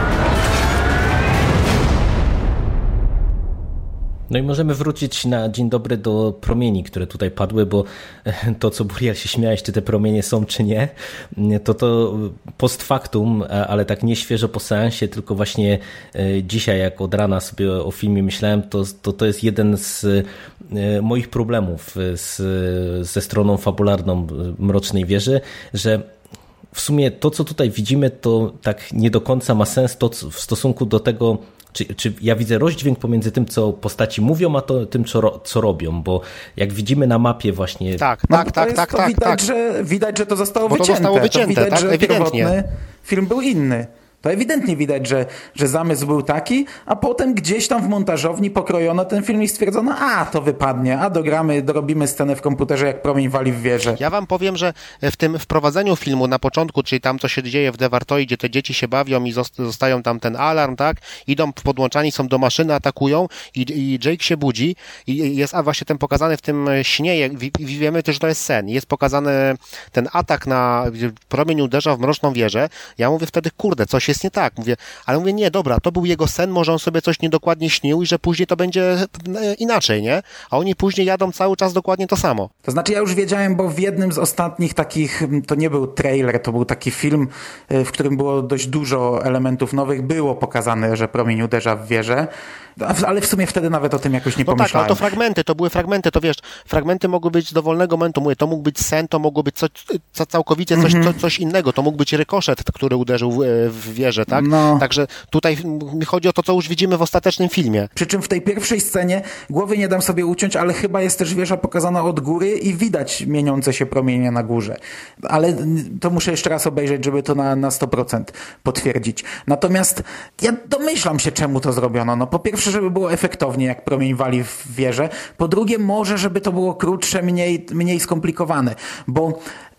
No i możemy wrócić na dzień dobry do promieni, które tutaj padły, bo to, co Burial się śmiałeś, czy te promienie są, czy nie, to to post factum, ale tak nie świeżo po seansie, tylko właśnie dzisiaj, jak od rana sobie o filmie myślałem, to to, to jest jeden z moich problemów z, ze stroną fabularną Mrocznej Wieży, że w sumie to, co tutaj widzimy, to tak nie do końca ma sens to w stosunku do tego, Czy, czy ja widzę rozdźwięk pomiędzy tym, co postaci mówią, a to, tym, co, co robią, bo jak widzimy na mapie właśnie... Tak, no, tak, tak, tak, to tak, widać, tak. Że, widać, że to zostało bo wycięte. To zostało wycięte, to widać, tak, że ewidentnie. Pierwotny film był inny. To ewidentnie widać, że, że zamysł był taki, a potem gdzieś tam w montażowni pokrojono ten film i stwierdzono, a to wypadnie, a dogramy, dorobimy scenę w komputerze, jak promień wali w wieżę. Ja wam powiem, że w tym wprowadzeniu filmu na początku, czyli tam, co się dzieje w Devartoi, gdzie te dzieci się bawią i zostają tam ten alarm, tak? Idą podłączani, są do maszyny, atakują i, i Jake się budzi i jest a właśnie ten pokazany w tym śnie, i wiemy też, że to jest sen. Jest pokazany ten atak na promień uderza w Mroczną Wieżę. Ja mówię wtedy, kurde, coś jest nie tak. Mówię, ale mówię, nie, dobra, to był jego sen, może on sobie coś niedokładnie śnił i że później to będzie inaczej, nie? A oni później jadą cały czas dokładnie to samo. To znaczy ja już wiedziałem, bo w jednym z ostatnich takich, to nie był trailer, to był taki film, w którym było dość dużo elementów nowych, było pokazane, że promień uderza w wieżę, ale w sumie wtedy nawet o tym jakoś nie no pomyślałem. Tak, ale to fragmenty, to były fragmenty, to wiesz, fragmenty mogły być z dowolnego momentu, mówię, to mógł być sen, to mogło być coś, co, całkowicie coś, mm-hmm. co, coś innego, to mógł być rykoszet, który uderzył w, w wieżę, tak? No. Także tutaj mi chodzi o to, co już widzimy w ostatecznym filmie. Przy czym w tej pierwszej scenie głowy nie dam sobie uciąć, ale chyba jest też wieża pokazana od góry i widać mieniące się promienie na górze. Ale to muszę jeszcze raz obejrzeć, żeby to na, na sto procent potwierdzić. Natomiast ja domyślam się, czemu to zrobiono. No po pierwsze, żeby było efektownie, jak promień wali w wieżę. Po drugie, może, żeby to było krótsze, mniej, mniej skomplikowane. Bo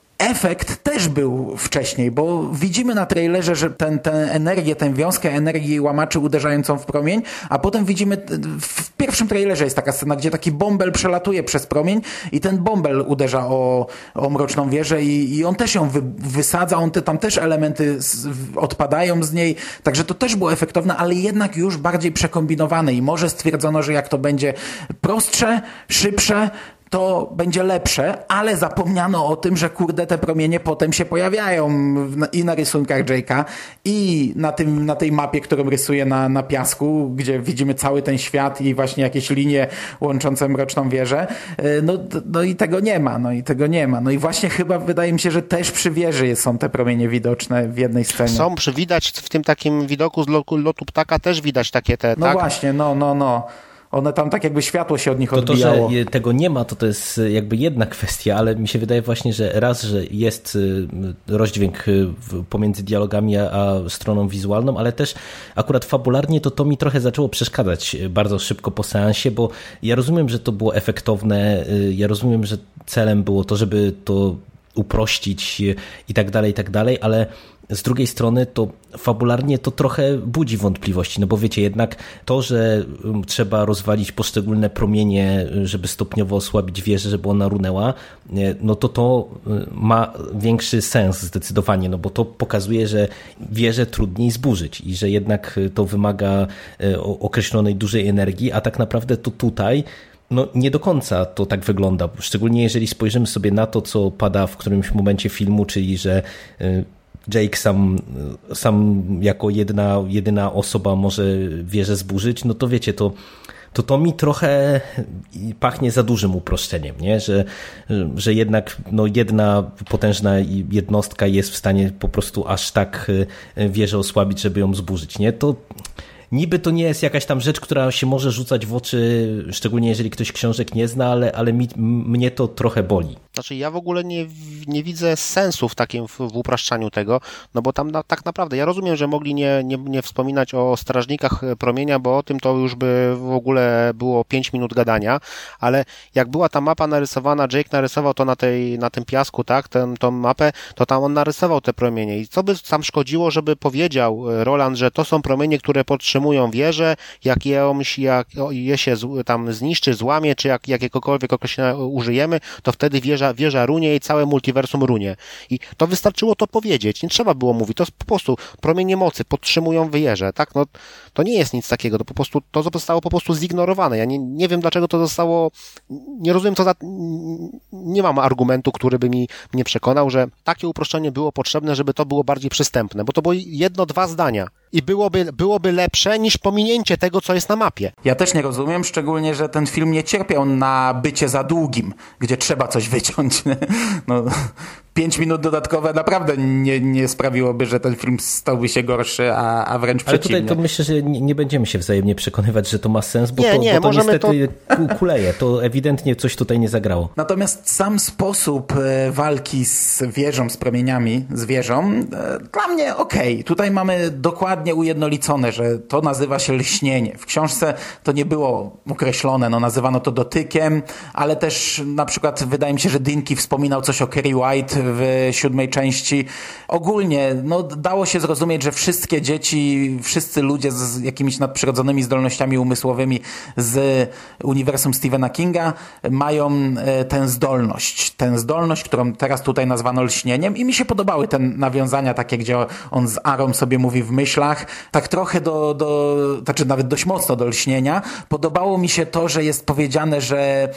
efekt też był wcześniej, bo widzimy na trailerze, że ten, tę energię, tę wiązkę energii łamaczy uderzającą w promień, a potem widzimy, w pierwszym trailerze jest taka scena, gdzie taki bąbel przelatuje przez promień i ten bąbel uderza o, o Mroczną Wieżę i, i on też ją wy, wysadza, on te, tam też elementy z, odpadają z niej, także to też było efektowne, ale jednak już bardziej przekombinowane i może stwierdzono, że jak to będzie prostsze, szybsze, to będzie lepsze, ale zapomniano o tym, że kurde te promienie potem się pojawiają i na rysunkach Jake'a i na, tym, na tej mapie, którą rysuje na, na piasku, gdzie widzimy cały ten świat i właśnie jakieś linie łączące Mroczną Wieżę. No, no i tego nie ma, no i tego nie ma. No i właśnie chyba wydaje mi się, że też przy wieży są te promienie widoczne w jednej scenie. Są, przy widać w tym takim widoku z lotu, lotu ptaka też widać takie te, no tak? No właśnie, no, no, no. One tam tak jakby światło się od nich to odbijało. To, że tego nie ma, to to jest jakby jedna kwestia, ale mi się wydaje właśnie, że raz, że jest rozdźwięk pomiędzy dialogami a stroną wizualną, ale też akurat fabularnie to to mi trochę zaczęło przeszkadzać bardzo szybko po seansie, bo ja rozumiem, że to było efektowne, ja rozumiem, że celem było to, żeby to uprościć i tak dalej, i tak dalej, ale z drugiej strony to fabularnie to trochę budzi wątpliwości, no bo wiecie, jednak to, że trzeba rozwalić poszczególne promienie, żeby stopniowo osłabić wieżę, żeby ona runęła, no to to ma większy sens zdecydowanie, no bo to pokazuje, że wieżę trudniej zburzyć i że jednak to wymaga określonej dużej energii, a tak naprawdę to tutaj no nie do końca to tak wygląda, szczególnie jeżeli spojrzymy sobie na to, co pada w którymś momencie filmu, czyli że Jake sam, sam jako jedna, jedyna osoba może wieżę zburzyć, no to wiecie, to to to mi trochę pachnie za dużym uproszczeniem, nie? Że, że jednak no, jedna potężna jednostka jest w stanie po prostu aż tak wieżę osłabić, żeby ją zburzyć, nie? To niby to nie jest jakaś tam rzecz, która się może rzucać w oczy, szczególnie jeżeli ktoś książek nie zna, ale, ale mi, mnie to trochę boli. Znaczy ja w ogóle nie, nie widzę sensu w takim w, w upraszczaniu tego, no bo tam na, tak naprawdę, ja rozumiem, że mogli nie, nie, nie wspominać o strażnikach promienia, bo o tym to już by w ogóle było pięć minut gadania, ale jak była ta mapa narysowana, Jake narysował to na tej, na tym piasku, tak, tę, tą mapę, to tam on narysował te promienie i co by tam szkodziło, żeby powiedział Roland, że to są promienie, które podtrzymują wieżę, jak je, jak je się tam zniszczy, złamie, czy jak jakiegokolwiek określenia użyjemy, to wtedy wieża wieża runie i całe multiversum runie. I to wystarczyło to powiedzieć. Nie trzeba było mówić. To jest po prostu promienie mocy podtrzymują wieżę, tak? No, to nie jest nic takiego. To po prostu, to zostało po prostu zignorowane. Ja nie, nie wiem, dlaczego to zostało, nie rozumiem, co za, nie mam argumentu, który by mi mnie przekonał, że takie uproszczenie było potrzebne, żeby to było bardziej przystępne, bo to było jedno, dwa zdania. I byłoby, byłoby lepsze niż pominięcie tego, co jest na mapie. Ja też nie rozumiem, szczególnie, że ten film nie cierpiał na bycie za długim, gdzie trzeba coś wyciąć. No, pięć minut dodatkowe naprawdę nie, nie sprawiłoby, że ten film stałby się gorszy, a, a wręcz Ale przeciwnie. Ale tutaj to myślę, że nie, nie będziemy się wzajemnie przekonywać, że to ma sens, bo nie, to, nie, bo to niestety to... kuleje. To ewidentnie coś tutaj nie zagrało. Natomiast sam sposób walki z wieżą, z promieniami, z wieżą, dla mnie okej. Okay. Tutaj mamy dokładnie ujednolicone, że to nazywa się lśnienie. W książce to nie było określone, no nazywano to dotykiem, ale też na przykład wydaje mi się, że Dinky wspominał coś o Kerry White w siódmej części. Ogólnie no, dało się zrozumieć, że wszystkie dzieci, wszyscy ludzie z jakimiś nadprzyrodzonymi zdolnościami umysłowymi z uniwersum Stephena Kinga mają tę zdolność. Tę zdolność, którą teraz tutaj nazwano lśnieniem i mi się podobały te nawiązania takie, gdzie on z Arą sobie mówi w myślach, tak trochę do, do znaczy nawet dość mocno do lśnienia. Podobało mi się to, że jest powiedziane, że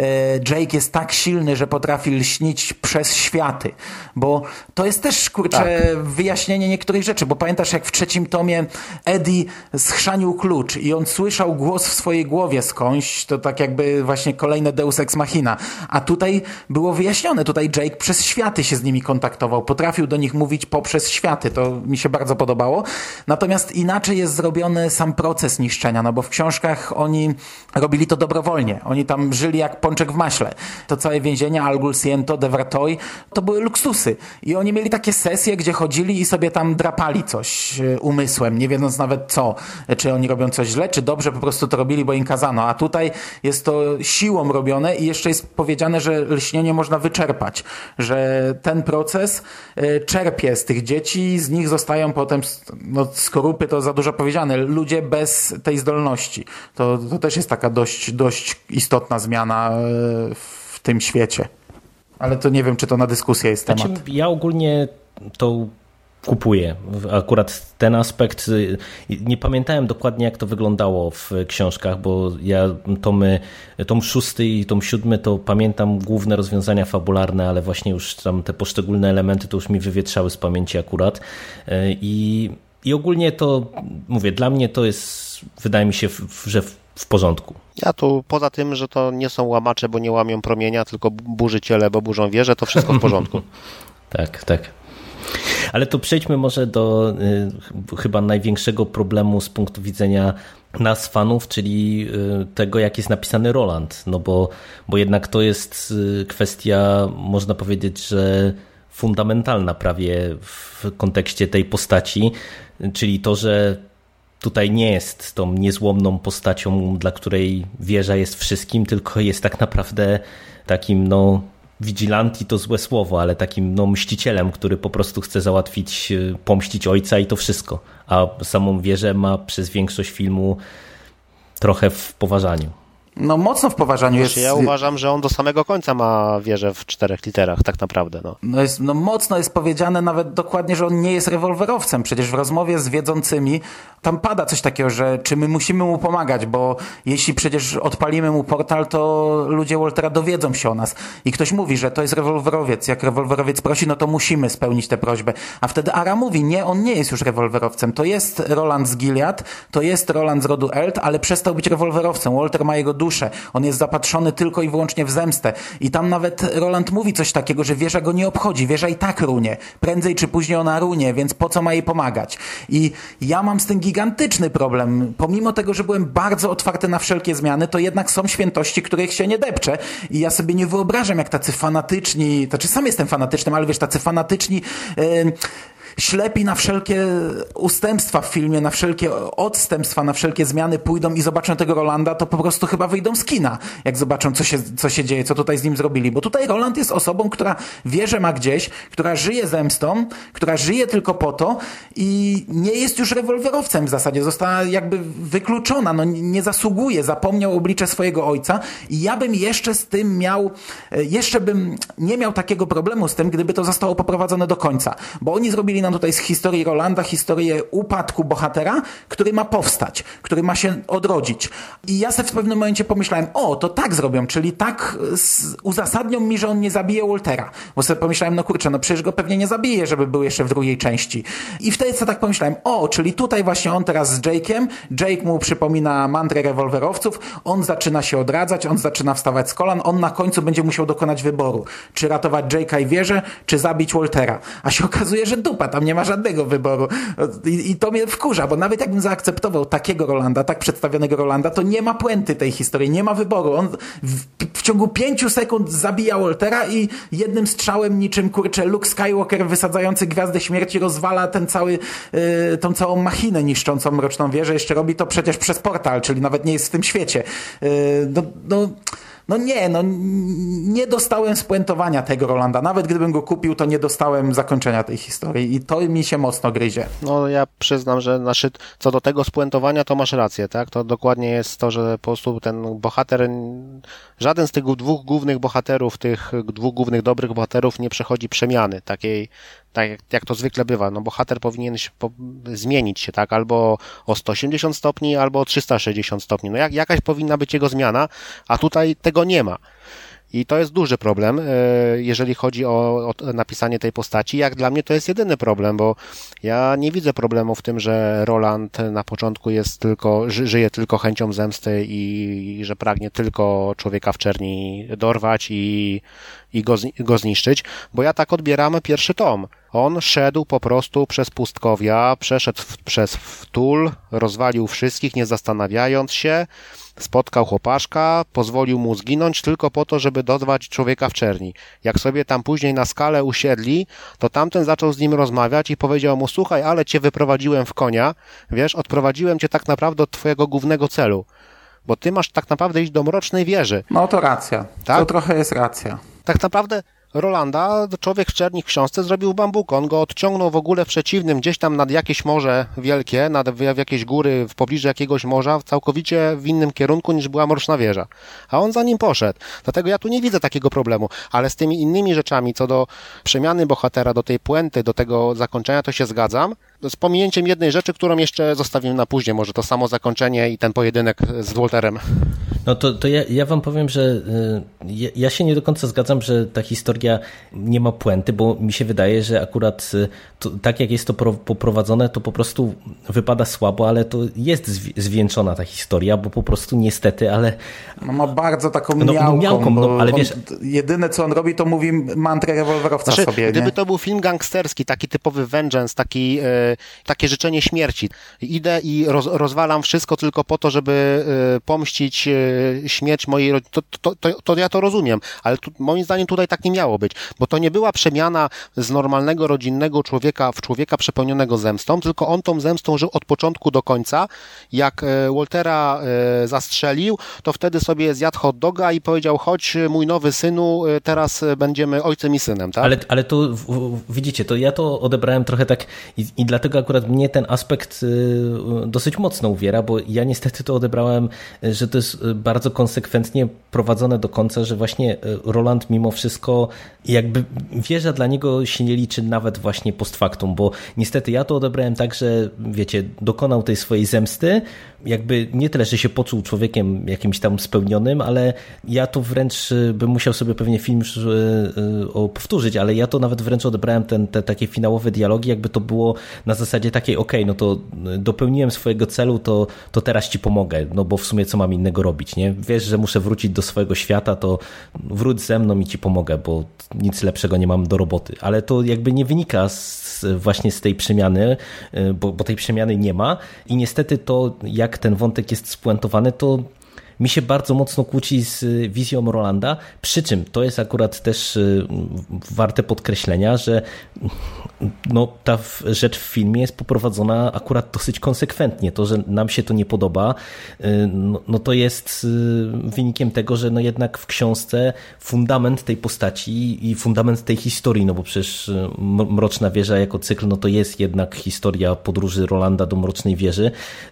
Jake jest tak silny, że potrafi lśnić przez światy, bo to jest też, kurczę, tak. wyjaśnienie niektórych rzeczy, bo pamiętasz, jak w trzecim tomie Eddie schrzanił klucz i on słyszał głos w swojej głowie skądś, to tak jakby właśnie kolejne Deus Ex Machina, a tutaj było wyjaśnione, tutaj Jake przez światy się z nimi kontaktował, potrafił do nich mówić poprzez światy, to mi się bardzo podobało. Natomiast inaczej jest zrobiony sam proces niszczenia, no bo w książkach oni robili to dobrowolnie, oni tam żyli jak pączek w maśle. To całe więzienie, Algul Siento, de Vratoi, to były luksusy. I oni mieli takie sesje, gdzie chodzili i sobie tam drapali coś umysłem, nie wiedząc nawet co. Czy oni robią coś źle, czy dobrze, po prostu to robili, bo im kazano. A tutaj jest to siłą robione i jeszcze jest powiedziane, że lśnienie można wyczerpać. Że ten proces czerpie z tych dzieci, z nich zostają potem, no skorupy to za dużo powiedziane, ludzie bez tej zdolności. To, to też jest taka dość, dość istotna zmiana w tym świecie. Ale to nie wiem, czy to na dyskusję jest temat. Znaczy, ja ogólnie to kupuję. Akurat ten aspekt. Nie pamiętałem dokładnie, jak to wyglądało w książkach, bo ja tomy, tom szósty i tom siódmy to pamiętam główne rozwiązania fabularne, ale właśnie już tam te poszczególne elementy to już mi wywietrzały z pamięci akurat. I, i ogólnie to, mówię, dla mnie to jest, wydaje mi się, że w, w porządku. Ja tu poza tym, że to nie są łamacze, bo nie łamią promienia, tylko burzyciele, bo burzą wieżę, to wszystko w porządku. Tak, tak. Ale to przejdźmy może do y, chyba największego problemu z punktu widzenia nas fanów, czyli y, tego, jak jest napisany Roland. No bo, bo jednak to jest y, kwestia, można powiedzieć, że fundamentalna prawie w kontekście tej postaci, czyli to, że tutaj nie jest tą niezłomną postacią, dla której wieża jest wszystkim, tylko jest tak naprawdę takim, no, vigilanti to złe słowo, ale takim, no, mścicielem, który po prostu chce załatwić, pomścić ojca i to wszystko. A samą wieżę ma przez większość filmu trochę w poważaniu. No mocno w poważaniu znaczy, jest... Ja uważam, że on do samego końca ma wieżę w czterech literach, tak naprawdę. No, no, jest, no mocno jest powiedziane nawet dokładnie, że on nie jest rewolwerowcem. Przecież w rozmowie z wiedzącymi tam pada coś takiego, że czy my musimy mu pomagać, bo jeśli przecież odpalimy mu portal, to ludzie Waltera dowiedzą się o nas. I ktoś mówi, że to jest rewolwerowiec. Jak rewolwerowiec prosi, no to musimy spełnić tę prośbę. A wtedy Ara mówi, nie, on nie jest już rewolwerowcem. To jest Roland z Gilead, to jest Roland z rodu Eld, ale przestał być rewolwerowcem. Walter ma jego duszę. On jest zapatrzony tylko i wyłącznie w zemstę. I tam nawet Roland mówi coś takiego, że wieża go nie obchodzi. Wieża i tak runie. Prędzej czy później ona runie, więc po co ma jej pomagać? I ja mam z tym gigantyczny problem. Pomimo tego, że byłem bardzo otwarty na wszelkie zmiany, to jednak są świętości, których się nie depcze. I ja sobie nie wyobrażam, jak tacy fanatyczni, to czy sam jestem fanatycznym, ale wiesz, tacy fanatyczni yy, ślepi na wszelkie ustępstwa w filmie, na wszelkie odstępstwa, na wszelkie zmiany pójdą i zobaczą tego Rolanda, to po prostu chyba wyjdą z kina, jak zobaczą, co się, co się dzieje, co tutaj z nim zrobili. Bo tutaj Roland jest osobą, która wie, że ma gdzieś, która żyje zemstą, która żyje tylko po to i nie jest już rewolwerowcem w zasadzie. Została jakby wykluczona, no nie zasługuje, zapomniał oblicze swojego ojca i ja bym jeszcze z tym miał, jeszcze bym nie miał takiego problemu z tym, gdyby to zostało poprowadzone do końca. Bo oni zrobili nam tutaj z historii Rolanda historię upadku bohatera, który ma powstać, który ma się odrodzić. I ja sobie w pewnym momencie pomyślałem, o, to tak zrobią, czyli tak uzasadnią mi, że on nie zabije Waltera. Bo sobie pomyślałem, no kurczę, no przecież go pewnie nie zabije, żeby był jeszcze w drugiej części. I wtedy co tak pomyślałem, o, czyli tutaj właśnie on teraz z Jake'em, Jake mu przypomina mantrę rewolwerowców, on zaczyna się odradzać, on zaczyna wstawać z kolan, on na końcu będzie musiał dokonać wyboru, czy ratować Jake'a i wieżę, czy zabić Waltera. A się okazuje, że dupa, tam nie ma żadnego wyboru. I, I to mnie wkurza, bo nawet jakbym zaakceptował takiego Rolanda, tak przedstawionego Rolanda, to nie ma puenty tej historii, nie ma wyboru. On w, w ciągu pięciu sekund zabija Waltera i jednym strzałem niczym, kurczę, Luke Skywalker wysadzający Gwiazdę Śmierci rozwala ten cały, yy, tą całą machinę niszczącą Mroczną Wieżę. Jeszcze robi to przecież przez portal, czyli nawet nie jest w tym świecie. Yy, no, no No nie, no nie dostałem spuentowania tego Rolanda. Nawet gdybym go kupił, to nie dostałem zakończenia tej historii i to mi się mocno gryzie. No ja przyznam, że znaczy, co do tego spuentowania, to masz rację, tak? To dokładnie jest to, że po prostu ten bohater, żaden z tych dwóch głównych bohaterów, tych dwóch głównych dobrych bohaterów nie przechodzi przemiany takiej, tak jak to zwykle bywa. No bohater powinien się po, zmienić się, tak? Albo o sto osiemdziesiąt stopni, albo o trzysta sześćdziesiąt stopni. No jak, jakaś powinna być jego zmiana, a tutaj tego nie ma. I to jest duży problem, jeżeli chodzi o, o napisanie tej postaci. Jak dla mnie to jest jedyny problem, bo ja nie widzę problemu w tym, że Roland na początku jest tylko, ży, żyje tylko chęcią zemsty i, i że pragnie tylko człowieka w czerni dorwać i, i go, go zniszczyć, bo ja tak odbieram pierwszy tom. On szedł po prostu przez pustkowia, przeszedł w, przez wtul, rozwalił wszystkich, nie zastanawiając się, spotkał chłopaszka, pozwolił mu zginąć tylko po to, żeby dorwać człowieka w czerni. Jak sobie tam później na skalę usiedli, to tamten zaczął z nim rozmawiać i powiedział mu, słuchaj, ale cię wyprowadziłem w konia, wiesz, odprowadziłem cię tak naprawdę od twojego głównego celu, bo ty masz tak naprawdę iść do Mrocznej Wieży. No to racja, tak? To trochę jest racja. Tak naprawdę Rolanda, człowiek w czerni w książce, zrobił bambuko. On go odciągnął w ogóle w przeciwnym, gdzieś tam nad jakieś morze wielkie, nad, w jakieś góry, w pobliżu jakiegoś morza, całkowicie w innym kierunku niż była Mroczna Wieża. A on za nim poszedł. Dlatego ja tu nie widzę takiego problemu. Ale z tymi innymi rzeczami, co do przemiany bohatera, do tej puenty, do tego zakończenia, to się zgadzam. Z pominięciem jednej rzeczy, którą jeszcze zostawimy na później. Może to samo zakończenie i ten pojedynek z Walterem. No to, to ja, ja wam powiem, że y, ja, ja się nie do końca zgadzam, że ta historia nie ma puenty, bo mi się wydaje, że akurat y, to, tak jak jest to pro, poprowadzone, to po prostu wypada słabo, ale to jest zwi- zwieńczona ta historia, bo po prostu niestety, ale... No ma bardzo taką no, miałką, no, miałką no, ale on, wiesz... jedyne co on robi, to mówi mantrę rewolwerowca znaczy, sobie. Gdyby nie? to był film gangsterski, taki typowy vengeance, taki, e, takie życzenie śmierci. Idę i roz, rozwalam wszystko tylko po to, żeby e, pomścić e, śmierć mojej rodziny. To, to, to, to ja to rozumiem, ale tu, moim zdaniem tutaj tak nie miało być, bo to nie była przemiana z normalnego, rodzinnego człowieka w człowieka przepełnionego zemstą, tylko on tą zemstą żył od początku do końca. Jak e, Waltera e, zastrzelił, to wtedy sobie zjadł hot doga i powiedział, chodź mój nowy synu, e, teraz będziemy ojcem i synem, tak? Ale, ale to w, w, widzicie, to ja to odebrałem trochę tak i, i dlatego akurat mnie ten aspekt y, dosyć mocno uwiera, bo ja niestety to odebrałem, że to jest bardzo konsekwentnie prowadzone do końca, że właśnie Roland mimo wszystko jakby wieża dla niego się nie liczy nawet właśnie post factum, bo niestety ja to odebrałem tak, że wiecie, dokonał tej swojej zemsty, jakby nie tyle, że się poczuł człowiekiem jakimś tam spełnionym, ale ja to wręcz bym musiał sobie pewnie film powtórzyć, ale ja to nawet wręcz odebrałem ten, te takie finałowe dialogi, jakby to było na zasadzie takiej, okej, okay, no to dopełniłem swojego celu, to, to teraz ci pomogę, no bo w sumie co mam innego robić, nie? Wiesz, że muszę wrócić do swojego świata, to wróć ze mną i ci pomogę, bo nic lepszego nie mam do roboty. Ale to jakby nie wynika z, właśnie z tej przemiany, bo, bo tej przemiany nie ma i niestety to, jak ten wątek jest spuentowany, to mi się bardzo mocno kłóci z wizją Rolanda, przy czym to jest akurat też warte podkreślenia, że no, ta rzecz w filmie jest poprowadzona akurat dosyć konsekwentnie. To, że nam się to nie podoba, no, no to jest wynikiem tego, że no jednak w książce fundament tej postaci i fundament tej historii, no bo przecież Mroczna Wieża jako cykl, no to jest jednak historia podróży Rolanda do Mrocznej Wieży,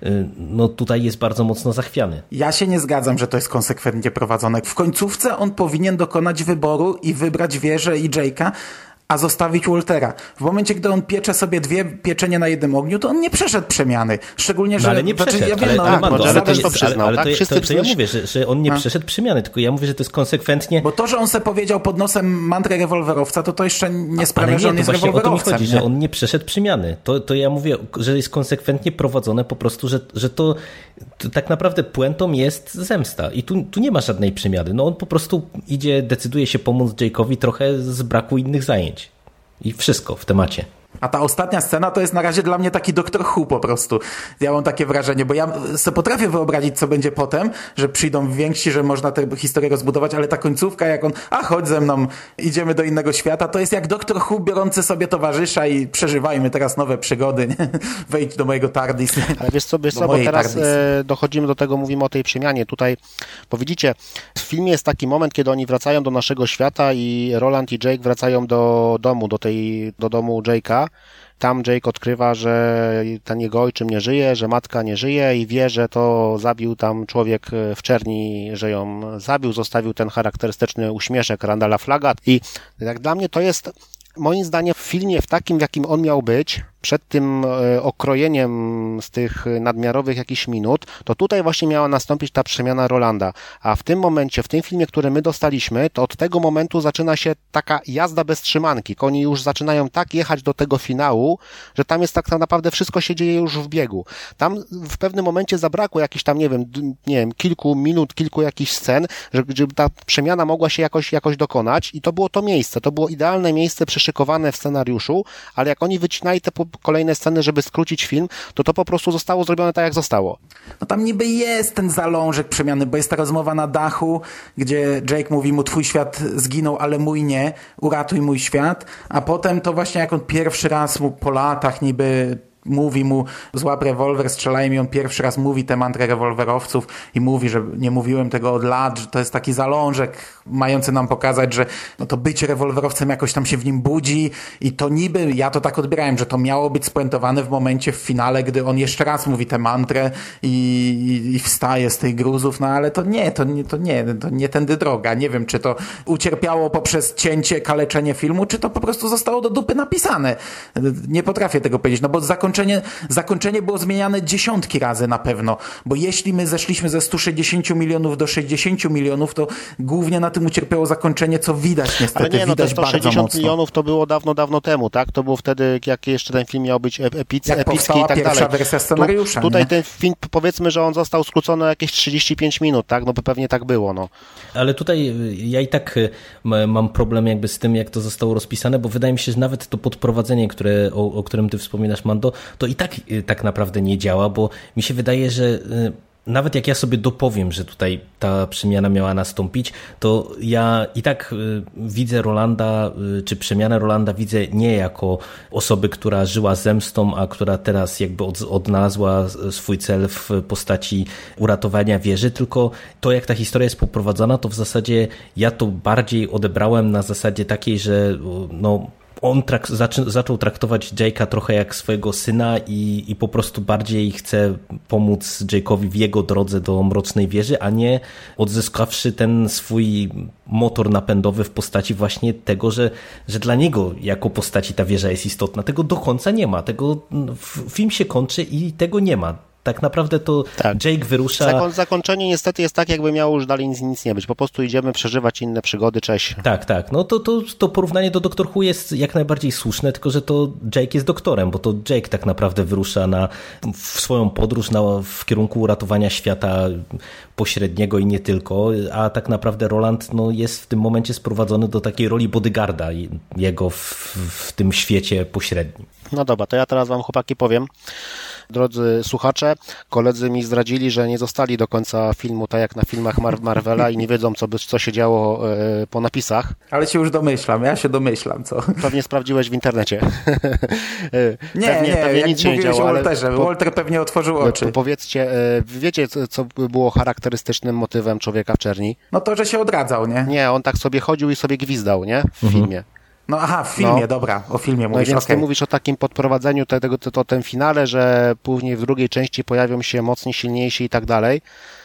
no tutaj jest bardzo mocno zachwiany. Ja się nie zgadzam, że to jest konsekwentnie prowadzone. W końcówce on powinien dokonać wyboru i wybrać Wieżę i Jake'a, a zostawić Waltera. W momencie, gdy on piecze sobie dwie pieczenie na jednym ogniu, to on nie przeszedł przemiany. Szczególnie, że... No, ale nie przeszedł, znaczy, ja wiem, ale, no, ale, no, Mando, ale, ale, to, też jest, to przyznał, ale, tak? ale to, to, to ja coś... mówię, że, że on nie a? przeszedł przemiany, tylko ja mówię, że to jest konsekwentnie... Bo to, że on sobie powiedział pod nosem mantrę rewolwerowca, to to jeszcze nie sprawia, ale nie, że on jest właśnie rewolwerowcem. O to mi chodzi, nie? że on nie przeszedł przemiany. To, to ja mówię, że jest konsekwentnie prowadzone po prostu, że, że to, to tak naprawdę puentą jest zemsta. I tu, tu nie ma żadnej przemiany. No on po prostu idzie, decyduje się pomóc Jake'owi trochę z braku innych zajęć. I wszystko w temacie. A ta ostatnia scena to jest na razie dla mnie taki Doktor Who po prostu. Ja mam takie wrażenie, bo ja sobie potrafię wyobrazić, co będzie potem, że przyjdą więksi, że można tę historię rozbudować, ale ta końcówka, jak on, a chodź ze mną, idziemy do innego świata, to jest jak Doktor Who biorący sobie towarzysza i przeżywajmy teraz nowe przygody, nie? Wejdź do mojego TARDIS. Ale wiesz co, wiesz co, bo teraz e, dochodzimy do tego, mówimy o tej przemianie. Tutaj, bo widzicie, w filmie jest taki moment, kiedy oni wracają do naszego świata i Roland i Jake wracają do domu, do tej, do domu Jake'a. Tam Jake odkrywa, że ten jego ojczym nie żyje, że matka nie żyje i wie, że to zabił tam człowiek w czerni, że ją zabił, zostawił ten charakterystyczny uśmieszek Randalla Flagga. I jak dla mnie to jest, moim zdaniem, w filmie w takim, w jakim on miał być, przed tym okrojeniem z tych nadmiarowych jakichś minut, to tutaj właśnie miała nastąpić ta przemiana Rolanda. A w tym momencie, w tym filmie, który my dostaliśmy, to od tego momentu zaczyna się taka jazda bez trzymanki. Oni już zaczynają tak jechać do tego finału, że tam jest tak naprawdę wszystko się dzieje już w biegu. Tam w pewnym momencie zabrakło jakichś tam, nie wiem, nie wiem, kilku minut, kilku jakichś scen, żeby ta przemiana mogła się jakoś, jakoś dokonać i to było to miejsce. To było idealne miejsce przyszykowane w scenariuszu, ale jak oni wycinali te kolejne sceny, żeby skrócić film, to to po prostu zostało zrobione tak, jak zostało. No tam niby jest ten zalążek przemiany, bo jest ta rozmowa na dachu, gdzie Jake mówi mu, twój świat zginął, ale mój nie, uratuj mój świat, a potem to właśnie jak on pierwszy raz mu po latach niby mówi mu, złap rewolwer, strzelają i on pierwszy raz mówi tę mantrę rewolwerowców i mówi, że nie mówiłem tego od lat, że to jest taki zalążek mający nam pokazać, że no to bycie rewolwerowcem jakoś tam się w nim budzi i to niby, ja to tak odbierałem, że to miało być spuentowane w momencie w finale, gdy on jeszcze raz mówi tę mantrę i, i, i wstaje z tych gruzów, no ale to nie, to nie, to nie, to nie tędy droga. Nie wiem, czy to ucierpiało poprzez cięcie, kaleczenie filmu, czy to po prostu zostało do dupy napisane. Nie potrafię tego powiedzieć, no bo zakończenie Zakończenie, zakończenie było zmieniane dziesiątki razy na pewno, bo jeśli my zeszliśmy ze stu sześćdziesięciu milionów do sześćdziesięciu milionów, to głównie na tym ucierpiało zakończenie, co widać niestety, ale nie, no widać to bardzo sześćdziesiąt mocno. milionów to było dawno, dawno temu, tak? To było wtedy, jak jeszcze ten film miał być epic, jak epicki i tak pierwsza dalej. wersja scenariusza. Tu, tutaj nie? ten film, powiedzmy, że on został skrócony o jakieś trzydzieści pięć minut, tak? No by pewnie tak było, no. Ale tutaj ja i tak mam problem jakby z tym, jak to zostało rozpisane, bo wydaje mi się, że nawet to podprowadzenie, które, o, o którym ty wspominasz, Mando, to i tak tak naprawdę nie działa, bo mi się wydaje, że nawet jak ja sobie dopowiem, że tutaj ta przemiana miała nastąpić, to ja i tak widzę Rolanda, czy przemianę Rolanda widzę nie jako osoby, która żyła zemstą, a która teraz jakby odnalazła swój cel w postaci uratowania wieży, tylko to, jak ta historia jest poprowadzona, to w zasadzie ja to bardziej odebrałem na zasadzie takiej, że no on trak- zaczy- zaczął traktować Jake'a trochę jak swojego syna i, i po prostu bardziej chce pomóc Jake'owi w jego drodze do Mrocznej Wieży, a nie odzyskawszy ten swój motor napędowy w postaci właśnie tego, że, że dla niego jako postaci ta wieża jest istotna. Tego do końca nie ma. Tego film się kończy i tego nie ma. Tak naprawdę to tak. Jake wyrusza... Zakon- zakończenie niestety jest tak, jakby miało już dalej nic, nic nie być. Po prostu idziemy przeżywać inne przygody, cześć. Tak, tak. No to, to, to porównanie do Doktor Who jest jak najbardziej słuszne, tylko że to Jake jest doktorem, bo to Jake tak naprawdę wyrusza na, w swoją podróż na, w kierunku uratowania świata pośredniego i nie tylko, a tak naprawdę Roland no, jest w tym momencie sprowadzony do takiej roli bodyguarda jego w, w tym świecie pośrednim. No dobra, to ja teraz wam, chłopaki, powiem. Drodzy słuchacze, koledzy mi zdradzili, że nie zostali do końca filmu tak jak na filmach Mar- Marvela i nie wiedzą, co, by, co się działo e, po napisach. Ale się już domyślam, ja się domyślam, co? Pewnie sprawdziłeś w internecie. nie, pewnie, nie, pewnie jak nic się nie działo, o Walterze, ale po, Walter pewnie otworzył oczy. Po, powiedzcie, e, wiecie, co było charakterystycznym motywem Człowieka w czerni? No to, że się odradzał, nie? Nie, on tak sobie chodził i sobie gwizdał, nie? W mhm. filmie. No aha, w filmie, no. Dobra, o filmie mówisz, No więc okay. ty mówisz o takim podprowadzeniu tego, to, to tym finale, że później w drugiej części pojawią się mocni, silniejsi i tak dalej.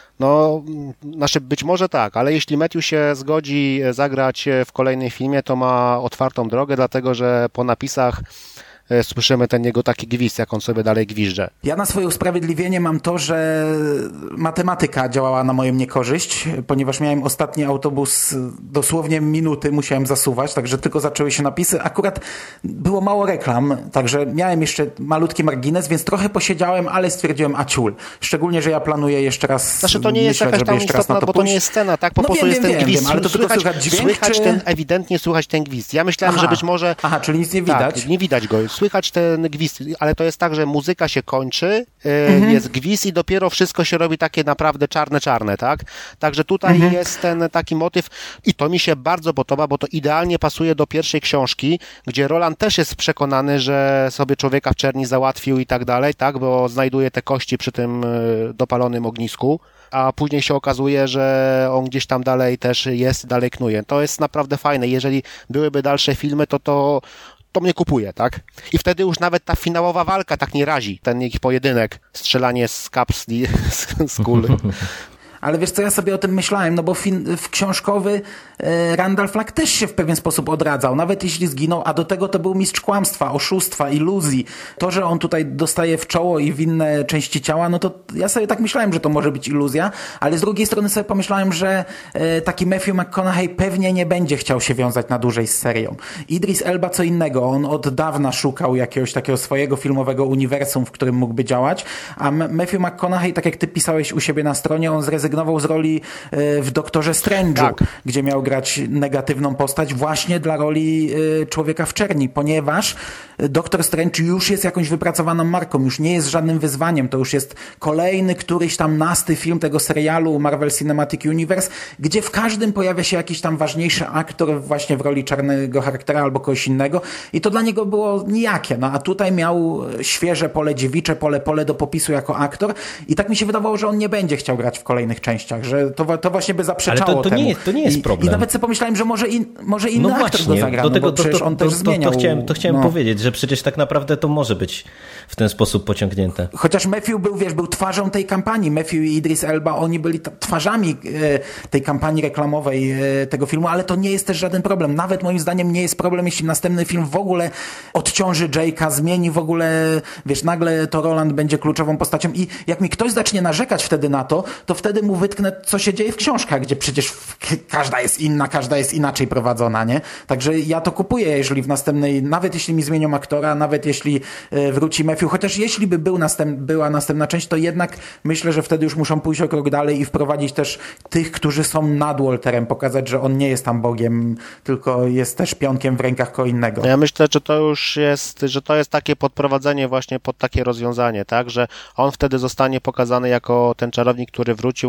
No, znaczy być może tak, ale jeśli Matthew się zgodzi zagrać w kolejnym filmie, to ma otwartą drogę, dlatego że po napisach słyszymy ten jego taki gwizd, jak on sobie dalej gwizdże. Ja na swoje usprawiedliwienie mam to, że matematyka działała na moją niekorzyść, ponieważ miałem ostatni autobus dosłownie minuty, musiałem zasuwać, także tylko zaczęły się napisy. Akurat było mało reklam, także miałem jeszcze malutki margines, więc trochę posiedziałem, ale stwierdziłem a ciul. Szczególnie, że ja planuję jeszcze raz... Znaczy to nie jest myśleć, jakaś tam istotna, to bo pójść. To nie jest scena, tak? Po no prostu wiem, jest ten wiem, gwizd. Wiem, ale to słychać, tylko słychać dźwięk, słychać czy... ten, ewidentnie słychać ten gwizd. Ja myślałem, aha, że być może... Aha, czyli nic nie widać? Tak, nie widać go. Słychać ten gwizd, ale to jest tak, że muzyka się kończy, mhm. jest gwizd i dopiero wszystko się robi takie naprawdę czarne, czarne, tak? Także tutaj mhm. jest ten taki motyw i to mi się bardzo podoba, bo to idealnie pasuje do pierwszej książki, gdzie Roland też jest przekonany, że sobie Człowieka w czerni załatwił i tak dalej, tak? Bo znajduje te kości przy tym dopalonym ognisku, a później się okazuje, że on gdzieś tam dalej też jest, dalej knuje. To jest naprawdę fajne. Jeżeli byłyby dalsze filmy, to to to mnie kupuje, tak? I wtedy już nawet ta finałowa walka tak nie razi. Ten ich pojedynek, strzelanie z kapsli, z, z kul. Ale wiesz co, ja sobie o tym myślałem, no bo fin- w książkowy e, Randall Flagg też się w pewien sposób odradzał, nawet jeśli zginął, a do tego to był mistrz kłamstwa, oszustwa, iluzji. To, że on tutaj dostaje w czoło i w inne części ciała, no to ja sobie tak myślałem, że to może być iluzja, ale z drugiej strony sobie pomyślałem, że e, taki Matthew McConaughey pewnie nie będzie chciał się wiązać na dłużej z serią. Idris Elba co innego, on od dawna szukał jakiegoś takiego swojego filmowego uniwersum, w którym mógłby działać, a Matthew McConaughey, tak jak ty pisałeś u siebie na stronie, on zrezygnował z roli w Doktorze Strange'u, tak. gdzie miał grać negatywną postać właśnie dla roli Człowieka w czerni, ponieważ Doktor Strange już jest jakąś wypracowaną marką, już nie jest żadnym wyzwaniem, to już jest kolejny któryś tam nasty film tego serialu Marvel Cinematic Universe, gdzie w każdym pojawia się jakiś tam ważniejszy aktor właśnie w roli czarnego charaktera albo kogoś innego i to dla niego było nijakie, no a tutaj miał świeże pole dziewicze, pole, pole do popisu jako aktor i tak mi się wydawało, że on nie będzie chciał grać w kolejnych częściach, że to, to właśnie by zaprzeczało ale to, to temu. Nie jest, to nie jest I, problem. I nawet sobie pomyślałem, że może, in, może inny no aktor właśnie, go zagra, do tego, no bo to, przecież to, on to, też to, zmieniał. To chciałem, to chciałem no. powiedzieć, że przecież tak naprawdę to może być w ten sposób pociągnięte. Chociaż Matthew był, wiesz, był twarzą tej kampanii. Matthew i Idris Elba, oni byli t- twarzami e, tej kampanii reklamowej e, tego filmu, ale to nie jest też żaden problem. Nawet moim zdaniem nie jest problem, jeśli następny film w ogóle odciąży Jake'a, zmieni w ogóle, wiesz, nagle to Roland będzie kluczową postacią i jak mi ktoś zacznie narzekać wtedy na to, to wtedy mu wytknę, co się dzieje w książkach, gdzie przecież każda jest inna, każda jest inaczej prowadzona, nie? Także ja to kupuję, jeżeli w następnej, nawet jeśli mi zmienią aktora, nawet jeśli e, wróci Matthew, chociaż jeśli by był następ, była następna część, to jednak myślę, że wtedy już muszą pójść o krok dalej i wprowadzić też tych, którzy są nad Walterem, pokazać, że on nie jest tam Bogiem, tylko jest też pionkiem w rękach kogo innego. Ja myślę, że to już jest, że to jest takie podprowadzenie właśnie pod takie rozwiązanie, tak, że on wtedy zostanie pokazany jako ten czarownik, który wrócił,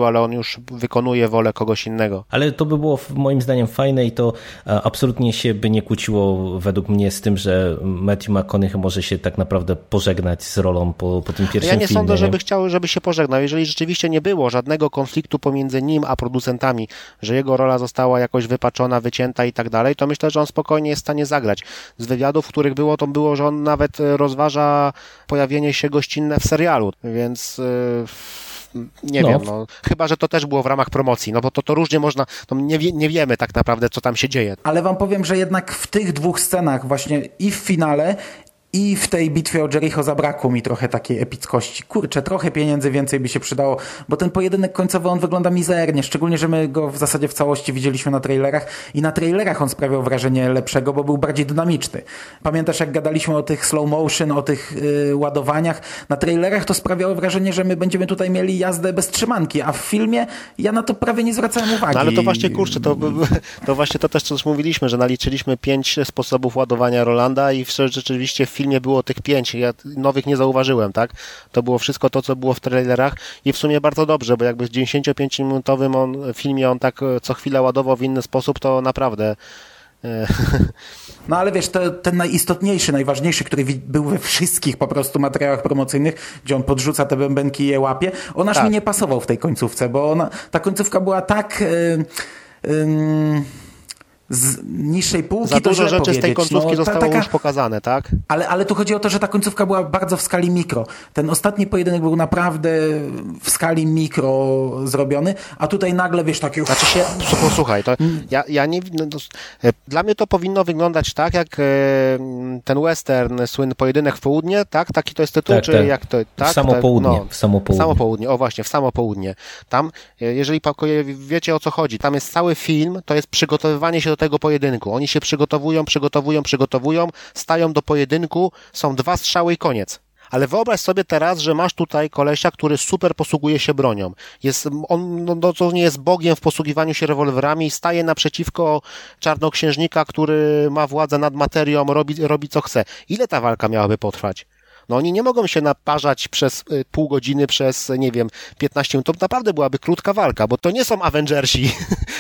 ale on już wykonuje wolę kogoś innego. Ale to by było moim zdaniem fajne i to absolutnie się by nie kłóciło według mnie z tym, że Matthew McConaughey może się tak naprawdę pożegnać z rolą po, po tym pierwszym filmie. Ja nie filmie, sądzę, żeby chciał, żeby się pożegnał. Jeżeli rzeczywiście nie było żadnego konfliktu pomiędzy nim a producentami, że jego rola została jakoś wypaczona, wycięta i tak dalej, to myślę, że on spokojnie jest w stanie zagrać. Z wywiadów, w których było, to było, że on nawet rozważa pojawienie się gościnne w serialu, więc yy, nie no. wiem, no, chyba, że to też było w ramach promocji, no bo to, to różnie można, to nie, wie, nie wiemy tak naprawdę, co tam się dzieje. Ale wam powiem, że jednak w tych dwóch scenach właśnie i w finale i w tej bitwie o Jericho zabrakło mi trochę takiej epickości. Kurczę, trochę pieniędzy więcej by się przydało, bo ten pojedynek końcowy, on wygląda mizernie, szczególnie, że my go w zasadzie w całości widzieliśmy na trailerach i na trailerach on sprawiał wrażenie lepszego, bo był bardziej dynamiczny. Pamiętasz, jak gadaliśmy o tych slow motion, o tych yy, ładowaniach? Na trailerach to sprawiało wrażenie, że my będziemy tutaj mieli jazdę bez trzymanki, a w filmie ja na to prawie nie zwracałem uwagi. No ale to właśnie, kurczę, to, to właśnie to też, co już mówiliśmy, że naliczyliśmy pięć sposobów ładowania Rolanda i rzeczywiście w filmie było tych pięć, ja nowych nie zauważyłem, tak? To było wszystko to, co było w trailerach i w sumie bardzo dobrze, bo jakby w dziewięćdziesięciopięciominutowym on, filmie on tak co chwilę ładował w inny sposób, to naprawdę... No ale wiesz, to, ten najistotniejszy, najważniejszy, który był we wszystkich po prostu materiałach promocyjnych, gdzie on podrzuca te bębenki i je łapie, on aż tak. mi nie pasował w tej końcówce, bo ona, ta końcówka była tak... Yy, yy, z niższej półki. Za dużo rzeczy powiedzieć. z tej końcówki no, zostało taka, już pokazane, tak? Ale, ale tu chodzi o to, że ta końcówka była bardzo w skali mikro. Ten ostatni pojedynek był naprawdę w skali mikro zrobiony, a tutaj nagle, wiesz, takie... Znaczy się, posłuchaj, to ja, ja nie... No, to, dla mnie to powinno wyglądać tak, jak ten western, słynny Pojedynek w południe, tak? Taki to jest tytuł, tak, czy tak. jak to... Tak? W samo południe. No, w samo południe. W samo południe, o właśnie, w samo południe. Tam, jeżeli wiecie, o co chodzi, tam jest cały film, to jest przygotowywanie się do tego pojedynku. Oni się przygotowują, przygotowują, przygotowują, stają do pojedynku, są dwa strzały i koniec. Ale wyobraź sobie teraz, że masz tutaj kolesia, który super posługuje się bronią. Jest, on no, dosłownie jest bogiem w posługiwaniu się rewolwerami i staje naprzeciwko czarnoksiężnika, który ma władzę nad materią, robi, robi co chce. Ile ta walka miałaby potrwać? No oni nie mogą się naparzać przez y, pół godziny, przez, nie wiem, piętnaście minut. To naprawdę byłaby krótka walka, bo to nie są Avengersi.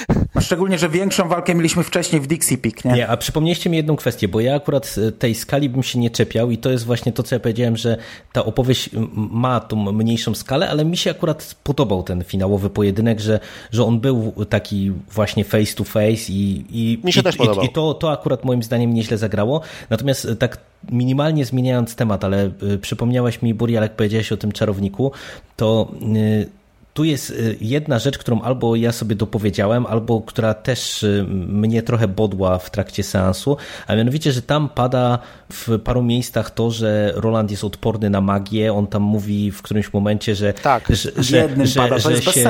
A szczególnie, że większą walkę mieliśmy wcześniej w Dixie Peak, nie? Nie, a przypomnieliście mi jedną kwestię, bo ja akurat tej skali bym się nie czepiał i to jest właśnie to, co ja powiedziałem, że ta opowieść ma tą mniejszą skalę, ale mi się akurat podobał ten finałowy pojedynek, że, że on był taki właśnie face to face i, i, mi się i, też podobał. i, i to, to akurat moim zdaniem nieźle zagrało. Natomiast tak minimalnie zmieniając temat, ale y, przypomniałeś mi, Burial, jak powiedziałeś o tym czarowniku, to... Y, Tu jest jedna rzecz, którą albo ja sobie dopowiedziałem, albo która też mnie trochę bodła w trakcie seansu, a mianowicie, że tam pada w paru miejscach to, że Roland jest odporny na magię, on tam mówi w którymś momencie, że tak, że, że, że, pada, że, się,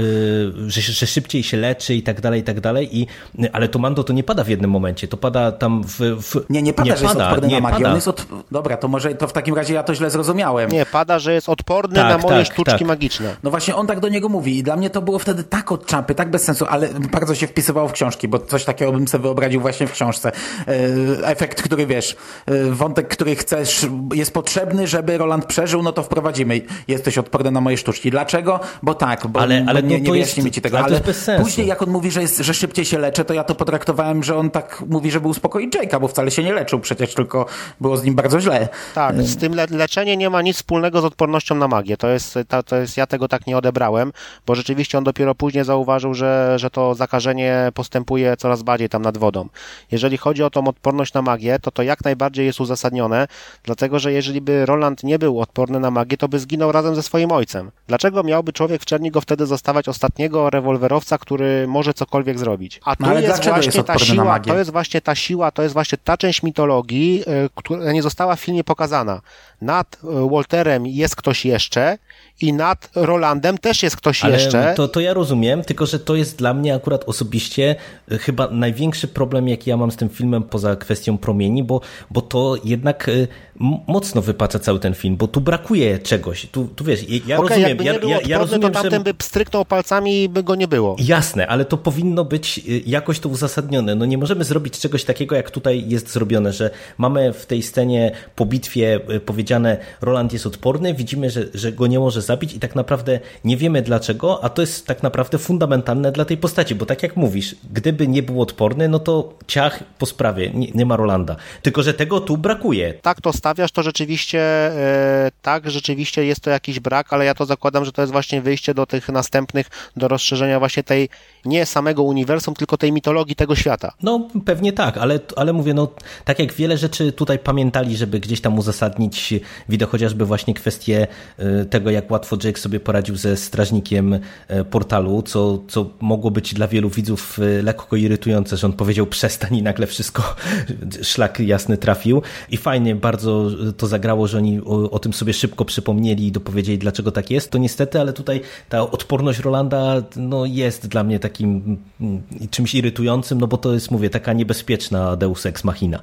że, że szybciej się leczy i tak dalej, i tak dalej, i, ale to Mando to nie pada w jednym momencie, to pada tam w... w nie, nie pada, nie że pada, jest odporny nie na magię, pada. on jest od... Dobra, to może to w takim razie ja to źle zrozumiałem. Nie, pada, że jest odporny tak, na moje tak, sztuczki tak. magiczne. No właśnie on tak do niego mówi i dla mnie to było wtedy tak od czapy, tak bez sensu, ale bardzo się wpisywało w książki, bo coś takiego bym sobie wyobraził właśnie w książce. Efekt, który wiesz, wątek, który chcesz, jest potrzebny, żeby Roland przeżył, no to wprowadzimy. Jesteś odporny na moje sztuczki. Dlaczego? Bo tak, bo, ale, ale bo nie, to, nie to wyjaśni jest, mi ci tego. Ale, ale później jak on mówi, że, jest, że szybciej się leczę, to ja to potraktowałem, że on tak mówi, żeby uspokoić Jake'a, bo wcale się nie leczył, przecież tylko było z nim bardzo źle. Tak, z tym le- leczenie nie ma nic wspólnego z odpornością na magię. To jest, to, to jest, ja tego tak nie odebrałem, bo rzeczywiście on dopiero później zauważył, że, że to zakażenie postępuje coraz bardziej tam nad wodą. Jeżeli chodzi o tą odporność na magię, to to jak najbardziej jest uzasadnione, dlatego, że jeżeli by Roland nie był odporny na magię, to by zginął razem ze swoim ojcem. Dlaczego miałby człowiek w Czernigo wtedy zostawać ostatniego rewolwerowca, który może cokolwiek zrobić? A tu no, jest właśnie jest ta siła, to jest właśnie ta siła, to jest właśnie ta część mitologii, yy, która nie została w filmie pokazana. Nad Walterem jest ktoś jeszcze i nad Rolandem też jest ktoś Ale jeszcze. To, to ja rozumiem, tylko że to jest dla mnie akurat osobiście chyba największy problem, jaki ja mam z tym filmem poza kwestią promieni, bo, bo to jednak mocno wypacza cały ten film, bo tu brakuje czegoś. Tu, tu wiesz, ja okay, rozumiem, jakby nie ja, był ja, odporny, ja rozumiem, to tamten że... by stryknął palcami i by go nie było. Jasne, ale to powinno być jakoś to uzasadnione. No nie możemy zrobić czegoś takiego, jak tutaj jest zrobione, że mamy w tej scenie po bitwie powiedziane, Roland jest odporny, widzimy, że, że go nie może zabić i tak naprawdę nie wiemy, wiemy dlaczego, a to jest tak naprawdę fundamentalne dla tej postaci, bo tak jak mówisz, gdyby nie był odporny, no to ciach po sprawie, nie, nie ma Rolanda. Tylko że tego tu brakuje. Tak to stawiasz, to rzeczywiście e, tak, rzeczywiście jest to jakiś brak, ale ja to zakładam, że to jest właśnie wyjście do tych następnych, do rozszerzenia właśnie tej, nie samego uniwersum, tylko tej mitologii tego świata. No pewnie tak, ale, ale mówię, no tak jak wiele rzeczy tutaj pamiętali, żeby gdzieś tam uzasadnić, widzę chociażby właśnie kwestię tego, jak łatwo Jake sobie poradził ze strażnikiem portalu, co, co mogło być dla wielu widzów lekko irytujące, że on powiedział przestań i nagle wszystko szlak jasny trafił i fajnie bardzo to zagrało, że oni o, o tym sobie szybko przypomnieli i dopowiedzieli, dlaczego tak jest. To niestety, ale tutaj ta odporność Rolanda no, jest dla mnie takim czymś irytującym, no bo to jest, mówię, taka niebezpieczna Deus Ex Machina.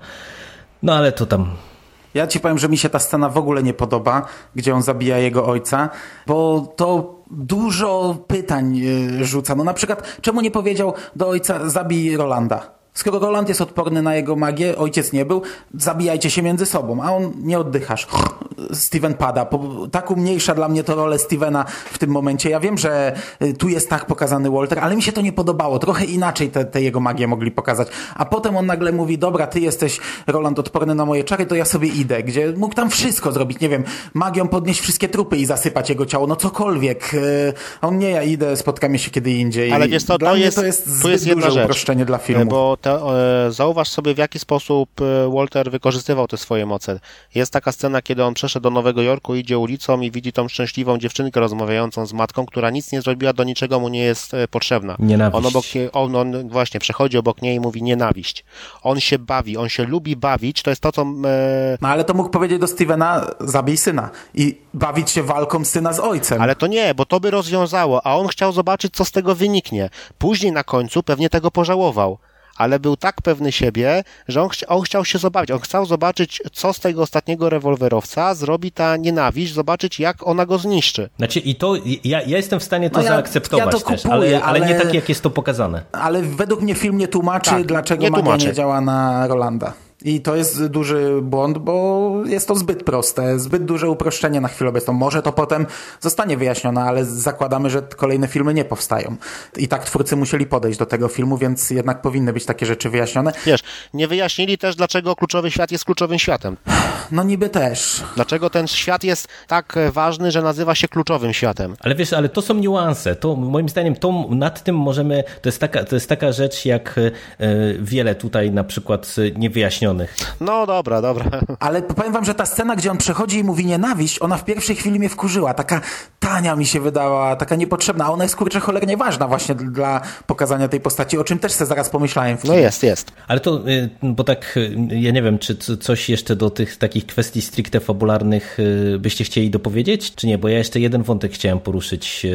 No ale to tam... Ja ci powiem, że mi się ta scena w ogóle nie podoba, gdzie on zabija jego ojca, bo to dużo pytań rzuca. No na przykład, czemu nie powiedział do ojca zabij Rolanda? Skoro Roland jest odporny na jego magię, ojciec nie był, zabijajcie się między sobą, a on nie oddychasz. Steven pada. Tak umniejsza dla mnie to rolę Stevena w tym momencie. Ja wiem, że tu jest tak pokazany Walter, ale mi się to nie podobało. Trochę inaczej te, te jego magię mogli pokazać. A potem on nagle mówi, dobra, ty jesteś, Roland, odporny na moje czary, to ja sobie idę. Gdzie mógł tam wszystko zrobić, nie wiem, magią podnieść wszystkie trupy i zasypać jego ciało, no cokolwiek. On nie, ja idę, spotkamy się kiedy indziej. Ale wiesz co, dla to mnie jest, to jest zbyt tu jest jedna duże rzecz, uproszczenie dla filmu. Bo to, e, zauważ sobie, w jaki sposób Walter wykorzystywał te swoje moce. Jest taka scena, kiedy on przeszedł do Nowego Jorku, idzie ulicą i widzi tą szczęśliwą dziewczynkę rozmawiającą z matką, która nic nie zrobiła, do niczego mu nie jest e, potrzebna. Nienawiść. On, obok, on, on właśnie przechodzi obok niej i mówi nienawiść. On się bawi, on się lubi bawić, to jest to, co... E... No ale to mógł powiedzieć do Stevena, zabij syna i bawić się walką syna z ojcem. Ale to nie, bo to by rozwiązało, a on chciał zobaczyć, co z tego wyniknie. Później na końcu pewnie tego pożałował. Ale był tak pewny siebie, że on, chci- on chciał się zobaczyć. On chciał zobaczyć, co z tego ostatniego rewolwerowca zrobi ta nienawiść, zobaczyć, jak ona go zniszczy. Znaczy i to, ja, ja jestem w stanie to no ja, zaakceptować ja to też, kupuję, ale, ale, ale nie tak, jak jest to pokazane. Ale według mnie film nie tłumaczy, tak, dlaczego nie magia tłumaczy. nie działa na Rolanda. I to jest duży błąd, bo jest to zbyt proste, zbyt duże uproszczenie na chwilę obecną. Może to potem zostanie wyjaśnione, ale zakładamy, że kolejne filmy nie powstają. I tak twórcy musieli podejść do tego filmu, więc jednak powinny być takie rzeczy wyjaśnione. Wiesz, nie wyjaśnili też, dlaczego kluczowy świat jest kluczowym światem. No niby też. Dlaczego ten świat jest tak ważny, że nazywa się kluczowym światem. Ale wiesz, ale to są niuanse. To moim zdaniem to, nad tym możemy, to jest taka, to jest taka rzecz jak e, wiele tutaj na przykład niewyjaśnionych. No dobra, dobra. Ale powiem wam, że ta scena, gdzie on przechodzi i mówi nienawiść, ona w pierwszej chwili mnie wkurzyła. Taka tania mi się wydała, taka niepotrzebna, a ona jest kurczę cholernie ważna właśnie dla pokazania tej postaci, o czym też sobie zaraz pomyślałem. No jest, jest. Ale to, bo tak, ja nie wiem, czy coś jeszcze do tych takich kwestii stricte fabularnych byście chcieli dopowiedzieć, czy nie? Bo ja jeszcze jeden wątek chciałem poruszyć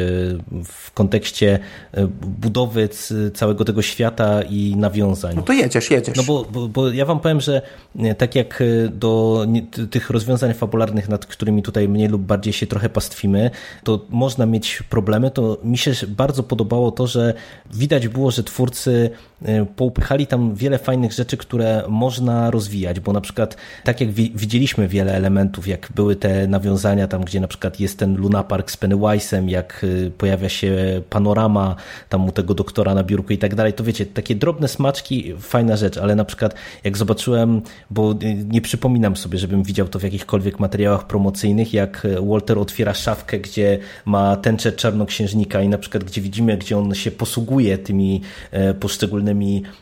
w kontekście budowy całego tego świata i nawiązań. No to jedziesz, jedziesz. No bo, bo, bo ja wam powiem, że tak jak do tych rozwiązań fabularnych, nad którymi tutaj mniej lub bardziej się trochę pastwimy, to można mieć problemy, to mi się bardzo podobało to, że widać było, że twórcy poupychali tam wiele fajnych rzeczy, które można rozwijać, bo na przykład tak jak widzieliśmy wiele elementów, jak były te nawiązania tam, gdzie na przykład jest ten Luna Park z Pennywise'em, jak pojawia się panorama tam u tego doktora na biurku i tak dalej, to wiecie, takie drobne smaczki, fajna rzecz, ale na przykład jak zobaczyłem, bo nie przypominam sobie, żebym widział to w jakichkolwiek materiałach promocyjnych, jak Walter otwiera szafkę, gdzie ma tęczę czarnoksiężnika i na przykład gdzie widzimy, gdzie on się posługuje tymi poszczególnymi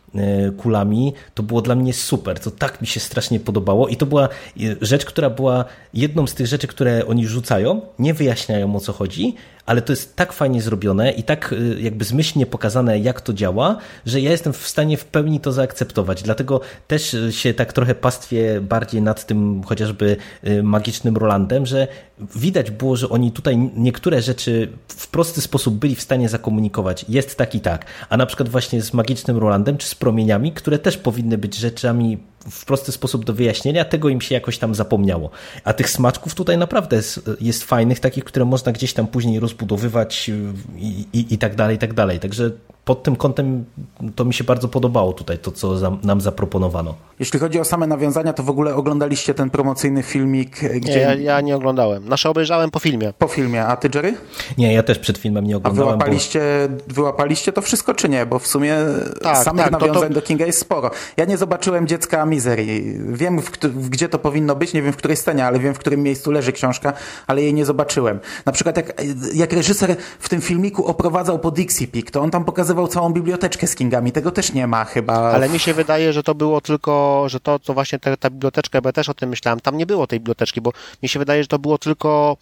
kulami, to było dla mnie super, to tak mi się strasznie podobało i to była rzecz, która była jedną z tych rzeczy, które oni rzucają, nie wyjaśniają, o co chodzi, ale to jest tak fajnie zrobione i tak jakby zmyślnie pokazane, jak to działa, że ja jestem w stanie w pełni to zaakceptować. Dlatego też się tak trochę pastwię bardziej nad tym chociażby magicznym Rolandem, że widać było, że oni tutaj niektóre rzeczy w prosty sposób byli w stanie zakomunikować. Jest tak i tak. A na przykład właśnie z magicznym Rolandem czy z promieniami, które też powinny być rzeczami w prosty sposób do wyjaśnienia, tego im się jakoś tam zapomniało. A tych smaczków tutaj naprawdę jest, jest fajnych, takich, które można gdzieś tam później rozbudowywać i, i, i tak dalej, i tak dalej. Także pod tym kątem to mi się bardzo podobało tutaj, to co za, nam zaproponowano. Jeśli chodzi o same nawiązania, to w ogóle oglądaliście ten promocyjny filmik, gdzie... Nie, ja, ja nie oglądałem. Nasze obejrzałem po filmie. Po filmie, a ty, Jerry? Nie, ja też przed filmem nie A oglądałem. wyłapaliście, bo... wyłapaliście to wszystko, czy nie? Bo w sumie tak, samych tak, nawiązań to, to... do Kinga jest sporo. Ja nie zobaczyłem Dziecka Mizerii. Wiem, w, w, gdzie to powinno być, nie wiem, w której scenie, ale wiem, w którym miejscu leży książka, ale jej nie zobaczyłem. Na przykład jak, jak reżyser w tym filmiku oprowadzał po Dixie Peak, to on tam pokazywał całą biblioteczkę z Kingami. Tego też nie ma chyba. Ale mi się wydaje, że to było tylko, że to, to właśnie ta, ta biblioteczka, bo ja też o tym myślałem, tam nie było tej biblioteczki, bo mi się wydaje, że to było tylko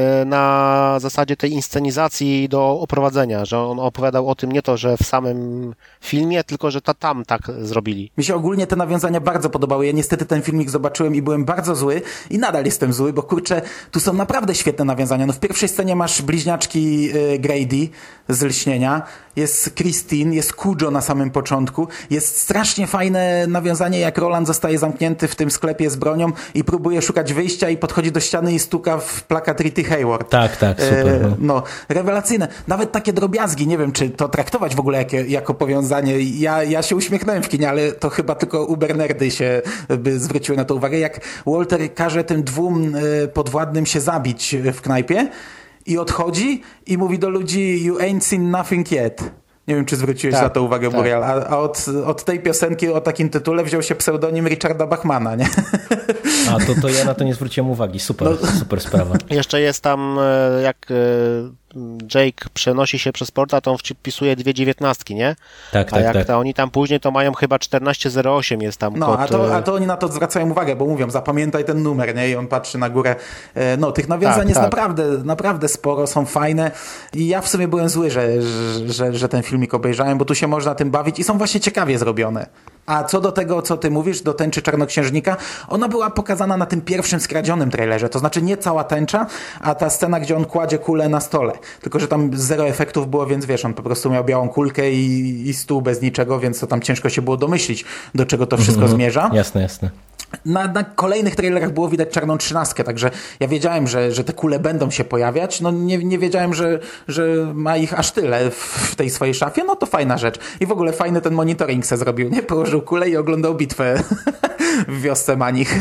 na zasadzie tej inscenizacji do oprowadzenia, że on opowiadał o tym nie to, że w samym filmie, tylko że to tam tak zrobili. Mi się ogólnie te nawiązania bardzo podobały. Ja niestety ten filmik zobaczyłem i byłem bardzo zły i nadal jestem zły, bo kurczę, tu są naprawdę świetne nawiązania. No w pierwszej scenie masz bliźniaczki Grady z Lśnienia, jest Christine, jest Cujo na samym początku, jest strasznie fajne nawiązanie, jak Roland zostaje zamknięty w tym sklepie z bronią i próbuje szukać wyjścia i podchodzi do ściany i stuka w plakat Rity Hayward. Tak, tak, super. E, no, rewelacyjne. Nawet takie drobiazgi, nie wiem, czy to traktować w ogóle jako, jako powiązanie. Ja, ja się uśmiechnąłem w kinie, ale to chyba tylko ubernerdy się by zwróciły na to uwagę, jak Walter każe tym dwóm e, podwładnym się zabić w knajpie i odchodzi i mówi do ludzi you ain't seen nothing yet. Nie wiem, czy zwróciłeś tak, na to uwagę, tak. Boreal. A, a od, od tej piosenki o takim tytule wziął się pseudonim Richarda Bachmana, nie? A, to, to ja na to nie zwróciłem uwagi. Super, no. super sprawa. Jeszcze jest tam, jak Jake przenosi się przez portal, to on wpisuje dwie dziewiętnastki, nie? Tak, a tak, jak tak. to oni tam później, to mają chyba czternaście zero osiem jest tam no, kod. A to, a to oni na to zwracają uwagę, bo mówią, zapamiętaj ten numer, nie? I on patrzy na górę. No, tych nawiązań tak, jest tak. naprawdę, naprawdę sporo, są fajne i ja w sumie byłem zły, że, że, że ten filmik obejrzałem, bo tu się można tym bawić i są właśnie ciekawie zrobione. A co do tego, co ty mówisz, do tęczy Czarnoksiężnika, ona była pokazana na tym pierwszym skradzionym trailerze, to znaczy nie cała tęcza, a ta scena, gdzie on kładzie kulę na stole. Tylko że tam zero efektów było, więc wiesz, on po prostu miał białą kulkę i, i stół bez niczego, więc to tam ciężko się było domyślić, do czego to wszystko mm-hmm. zmierza. Jasne, jasne. Na, na kolejnych trailerach było widać czarną trzynastkę, także ja wiedziałem, że, że te kule będą się pojawiać, no nie, nie wiedziałem, że, że ma ich aż tyle w, w tej swojej szafie, no to fajna rzecz. I w ogóle fajny ten monitoring se zrobił, nie? Położył kulę i oglądał bitwę w wiosce Manich.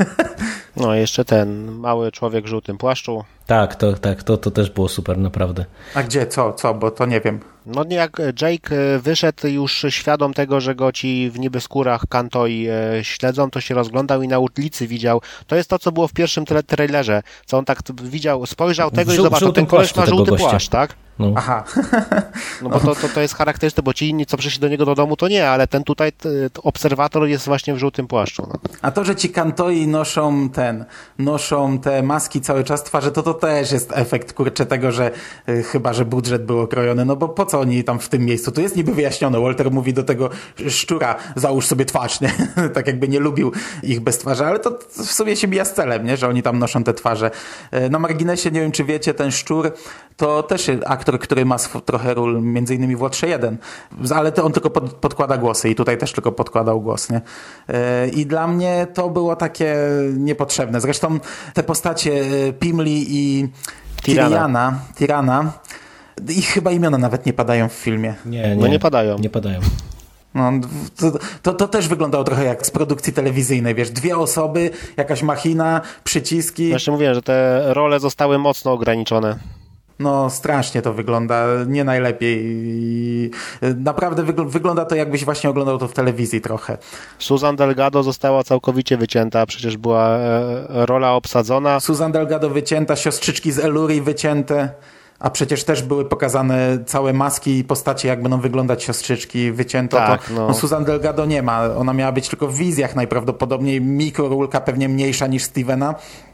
No jeszcze ten mały człowiek w żółtym płaszczu. Tak, to, tak, to, to też było super, naprawdę. A gdzie, co, co, bo to nie wiem. No nie, jak Jake wyszedł już świadom tego, że go ci w niby skórach Kantoi śledzą, to się rozglądał i na ulicy widział. To jest to, co było w pierwszym trailerze, co on tak widział, spojrzał tego w, i zobaczył, ten koleś ma żółty gościa. płaszcz, tak? No. Aha. No bo to, to, to jest charakterystyczne, bo ci inni, co przyszli do niego do domu, to nie, ale ten tutaj t, obserwator jest właśnie w żółtym płaszczu. No. A to, że ci Kantoi noszą ten, noszą te maski cały czas twarzy, to to też jest efekt, kurczę, tego, że y, chyba, że budżet był okrojony, no bo po co oni tam w tym miejscu? Tu jest niby wyjaśnione. Walter mówi do tego szczura, załóż sobie twarz, nie? Tak jakby nie lubił ich bez twarzy, ale to w sumie się bija z celem, nie? Że oni tam noszą te twarze. Y, na marginesie, nie wiem, czy wiecie, ten szczur to też aktor, który ma sw- trochę ról, między innymi w Łotrze jeden, ale to on tylko pod, podkłada głosy i tutaj też tylko podkładał głos, nie? Yy, I dla mnie to było takie niepotrzebne. Zresztą te postacie Pimli i Tyrana, Tyrana, ich chyba imiona nawet nie padają w filmie. Nie, nie, no nie padają. Nie padają. No, to, to, to też wyglądało trochę jak z produkcji telewizyjnej, wiesz, dwie osoby, jakaś machina, przyciski. Właśnie mówiłem, że te role zostały mocno ograniczone. No strasznie to wygląda, nie najlepiej. I naprawdę wygl- wygląda to, jakbyś właśnie oglądał to w telewizji trochę. Susan Delgado została całkowicie wycięta, przecież była e, rola obsadzona. Susan Delgado wycięta, siostrzyczki z Eluri wycięte, a przecież też były pokazane całe maski i postacie, jak będą wyglądać siostrzyczki, wycięto tak, to. No. No, Susan Delgado nie ma, ona miała być tylko w wizjach najprawdopodobniej, mikrorulka pewnie mniejsza niż Stevena,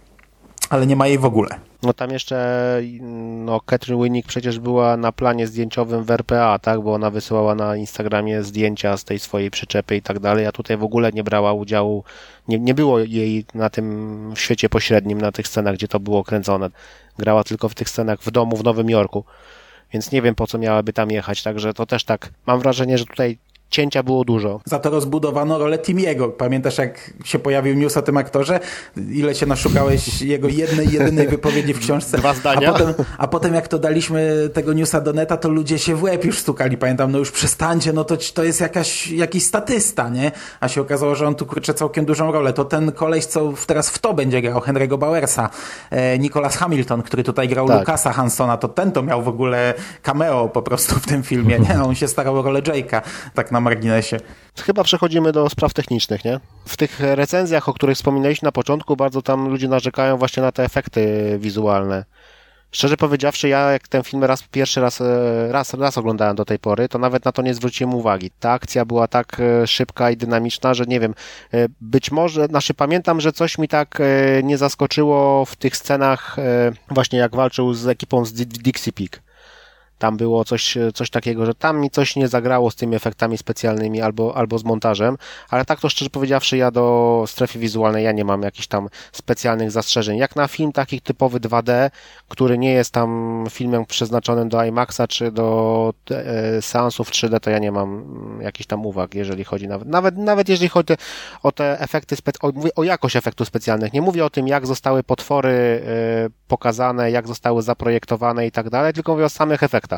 ale nie ma jej w ogóle. No tam jeszcze no, Catherine Winnick przecież była na planie zdjęciowym w R P A, tak, bo ona wysyłała na Instagramie zdjęcia z tej swojej przyczepy i tak dalej, a tutaj w ogóle nie brała udziału, nie, nie było jej na tym świecie pośrednim, na tych scenach, gdzie to było kręcone. Grała tylko w tych scenach w domu w Nowym Jorku, więc nie wiem, po co miałaby tam jechać, także to też tak, mam wrażenie, że tutaj cięcia było dużo. Za to rozbudowano rolę Timiego. Pamiętasz, jak się pojawił news o tym aktorze? Ile się naszukałeś jego jednej, jedynej wypowiedzi w książce? Dwa zdania. A potem, a potem jak to daliśmy tego newsa do neta, to ludzie się w łeb już stukali. Pamiętam, no już przestańcie, no to, to jest jakaś, jakiś statysta, nie? A się okazało, że on tu kurczę całkiem dużą rolę. To ten koleś, co teraz w to będzie grał, Henry'ego Bowersa, e, Nicholas Hamilton, który tutaj grał tak. Lucasa Hansona, to ten to miał w ogóle cameo po prostu w tym filmie, nie? On się starał o rolę Jake'a, tak na marginesie. Chyba przechodzimy do spraw technicznych, nie? W tych recenzjach, o których wspominaliśmy na początku, bardzo tam ludzie narzekają właśnie na te efekty wizualne. Szczerze powiedziawszy, ja jak ten film raz pierwszy raz, raz, raz oglądałem do tej pory, to nawet na to nie zwróciłem uwagi. Ta akcja była tak szybka i dynamiczna, że nie wiem, być może, znaczy pamiętam, że coś mi tak nie zaskoczyło w tych scenach właśnie jak walczył z ekipą z Dixie Peak. Tam było coś, coś takiego, że tam mi coś nie zagrało z tymi efektami specjalnymi albo, albo z montażem, ale tak to szczerze powiedziawszy, ja do strefy wizualnej ja nie mam jakichś tam specjalnych zastrzeżeń. Jak na film taki typowy dwa D, który nie jest tam filmem przeznaczonym do IMAXa czy do e, seansów trzy D, to ja nie mam jakichś tam uwag, jeżeli chodzi nawet, nawet, nawet jeżeli chodzi te, o te efekty, spe, o, mówię o jakość efektów specjalnych. Nie mówię o tym, jak zostały potwory e, pokazane, jak zostały zaprojektowane i tak dalej, tylko mówię o samych efektach.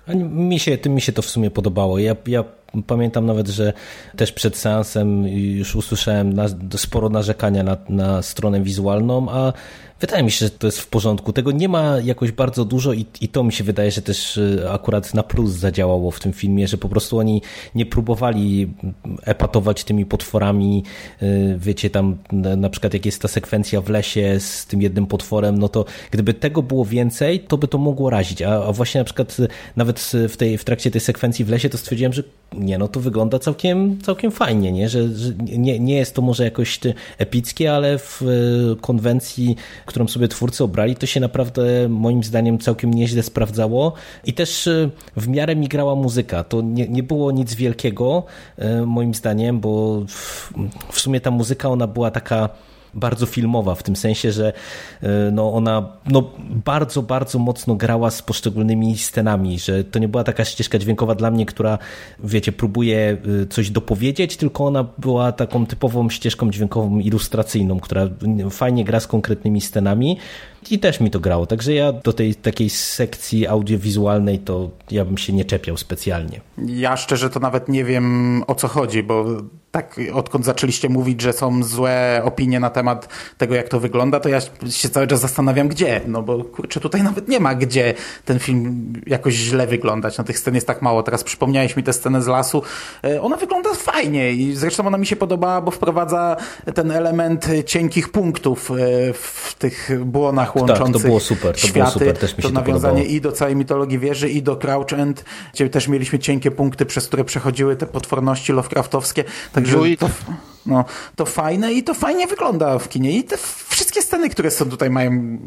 Mi się, mi się to w sumie podobało. Ja, ja pamiętam nawet, że też przed seansem już usłyszałem na, sporo narzekania na, na stronę wizualną, a wydaje mi się, że to jest w porządku. Tego nie ma jakoś bardzo dużo i, i to mi się wydaje, że też akurat na plus zadziałało w tym filmie, że po prostu oni nie próbowali epatować tymi potworami. Wiecie, tam na przykład jak jest ta sekwencja w lesie z tym jednym potworem, no to gdyby tego było więcej, to by to mogło razić. A, a właśnie na przykład nawet w, tej, w trakcie tej sekwencji w lesie to stwierdziłem, że nie, no to wygląda całkiem, całkiem fajnie, nie? Że, że nie, nie jest to może jakoś epickie, ale w konwencji, którą sobie twórcy obrali, to się naprawdę moim zdaniem całkiem nieźle sprawdzało i też w miarę mi grała muzyka. To nie, nie było nic wielkiego moim zdaniem, bo w, w sumie ta muzyka ona była taka bardzo filmowa, w tym sensie, że no ona no bardzo, bardzo mocno grała z poszczególnymi scenami, że to nie była taka ścieżka dźwiękowa dla mnie, która, wiecie, próbuje coś dopowiedzieć, tylko ona była taką typową ścieżką dźwiękową ilustracyjną, która fajnie gra z konkretnymi scenami i też mi to grało. Także ja do tej takiej sekcji audiowizualnej to ja bym się nie czepiał specjalnie. Ja szczerze to nawet nie wiem, o co chodzi, bo tak odkąd zaczęliście mówić, że są złe opinie na temat tego, jak to wygląda, to ja się cały czas zastanawiam, gdzie. No bo kurczę, tutaj nawet nie ma gdzie ten film jakoś źle wyglądać. No tych scen jest tak mało. Teraz przypomniałeś mi tę scenę z lasu. Ona wygląda fajnie i zresztą ona mi się podobała, bo wprowadza ten element cienkich punktów w tych błonach łączących tak, to było super, to światy. Było super, też mi się to nawiązanie podobało. I do całej mitologii wieży, i do Crouch End, gdzie też mieliśmy cienkie punkty, przez które przechodziły te potworności Lovecraftowskie. Także to, no, to fajne i to fajnie wygląda w kinie. I te wszystkie sceny, które są tutaj mają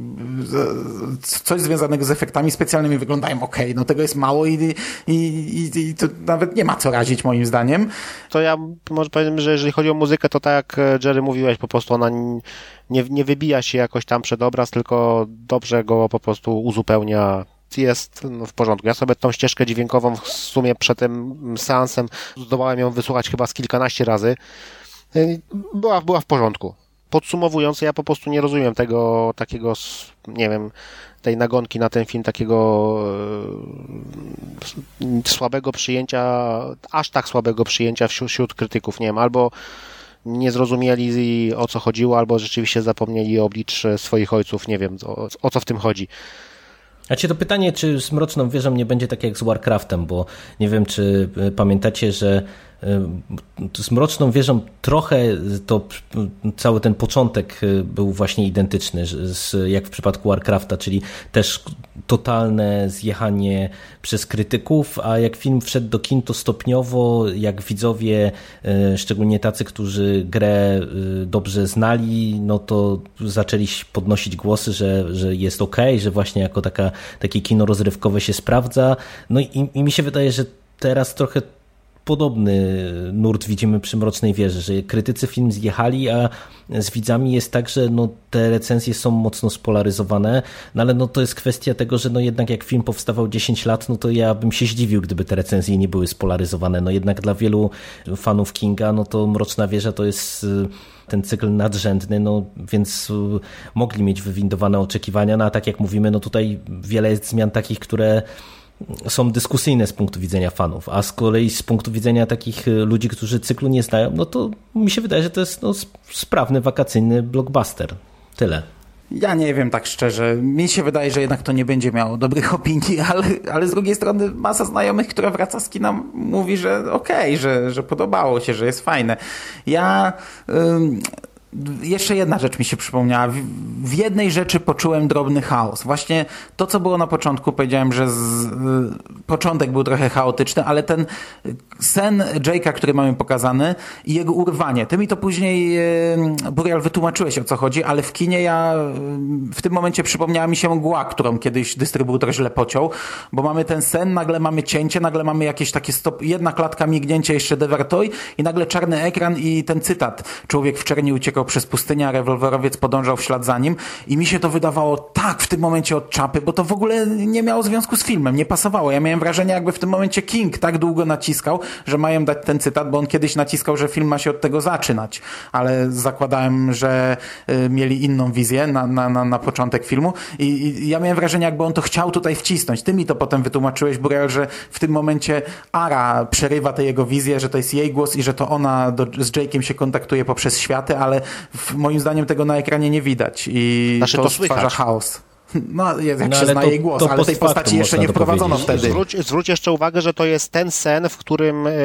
coś związanego z efektami specjalnymi, wyglądają okej. Okay. No tego jest mało i, i, i, i to nawet nie ma co razić moim zdaniem. To ja może powiem, że jeżeli chodzi o muzykę, to tak jak Jerry mówiłeś, po prostu ona nie, nie wybija się jakoś tam przed obraz, tylko dobrze go po prostu uzupełnia. Jest no, w porządku. Ja sobie tą ścieżkę dźwiękową w sumie przed tym seansem zdołałem ją wysłuchać chyba z kilkanaście razy. Była, była w porządku. Podsumowując, ja po prostu nie rozumiem tego takiego, nie wiem, tej nagonki na ten film, takiego e, słabego przyjęcia, aż tak słabego przyjęcia wśród, wśród krytyków, nie wiem, albo nie zrozumieli o co chodziło, albo rzeczywiście zapomnieli oblicz swoich ojców, nie wiem o, o co w tym chodzi. A cię to pytanie, czy z Mroczną Wieżą nie będzie tak jak z Warcraftem, bo nie wiem, czy pamiętacie, że z Mroczną Wieżą trochę to cały ten początek był właśnie identyczny z, jak w przypadku Warcrafta, czyli też totalne zjechanie przez krytyków, a jak film wszedł do kin, to stopniowo, jak widzowie, szczególnie tacy, którzy grę dobrze znali, no to zaczęli podnosić głosy, że, że jest okej, że właśnie jako taka, takie kino rozrywkowe się sprawdza. No i, i mi się wydaje, że teraz trochę podobny nurt widzimy przy Mrocznej Wieży, że krytycy film zjechali, a z widzami jest tak, że no, te recenzje są mocno spolaryzowane, no ale no, to jest kwestia tego, że no, jednak jak film powstawał dziesięć lat, no to ja bym się zdziwił, gdyby te recenzje nie były spolaryzowane. No jednak dla wielu fanów Kinga, no to Mroczna Wieża to jest ten cykl nadrzędny, no więc mogli mieć wywindowane oczekiwania, no a tak jak mówimy, no tutaj wiele jest zmian takich, które są dyskusyjne z punktu widzenia fanów, a z kolei z punktu widzenia takich ludzi, którzy cyklu nie znają, no to mi się wydaje, że to jest no, sprawny, wakacyjny blockbuster. Tyle. Ja nie wiem, tak szczerze. Mi się wydaje, że jednak to nie będzie miało dobrych opinii, ale, ale z drugiej strony masa znajomych, która wraca z kina, mówi, że okej, okay, że, że podobało się, że jest fajne. Ja... Ym... Jeszcze jedna rzecz mi się przypomniała. W, w jednej rzeczy poczułem drobny chaos. Właśnie to, co było na początku, powiedziałem, że z, y, początek był trochę chaotyczny, ale ten sen Jake'a, który mamy pokazany i jego urwanie. Ty mi to później, y, Burial, wytłumaczyłeś, o co chodzi, ale w kinie ja y, w tym momencie przypomniała mi się mgła, którą kiedyś dystrybutor źle pociął, bo mamy ten sen, nagle mamy cięcie, nagle mamy jakieś takie stop, jedna klatka, mignięcie, jeszcze Devertoj i nagle czarny ekran i ten cytat. Człowiek w czerni uciekał przez pustynię, a rewolwerowiec podążał w ślad za nim i mi się to wydawało tak w tym momencie od czapy, bo to w ogóle nie miało związku z filmem, nie pasowało. Ja miałem wrażenie, jakby w tym momencie King tak długo naciskał, że mają dać ten cytat, bo on kiedyś naciskał, że film ma się od tego zaczynać, ale zakładałem, że y, mieli inną wizję na, na, na, na początek filmu I, i ja miałem wrażenie, jakby on to chciał tutaj wcisnąć. Ty mi to potem wytłumaczyłeś, Burial, że w tym momencie Ara przerywa tę jego wizję, że to jest jej głos i że to ona do, z Jake'iem się kontaktuje poprzez światy, ale w, moim zdaniem tego na ekranie nie widać i znaczy, to, to stwarza chaos. No, jak no, się zna to, jej głos, ale tej postaci jeszcze nie wprowadzono wtedy. Zwróć, zwróć jeszcze uwagę, że to jest ten sen, w którym e,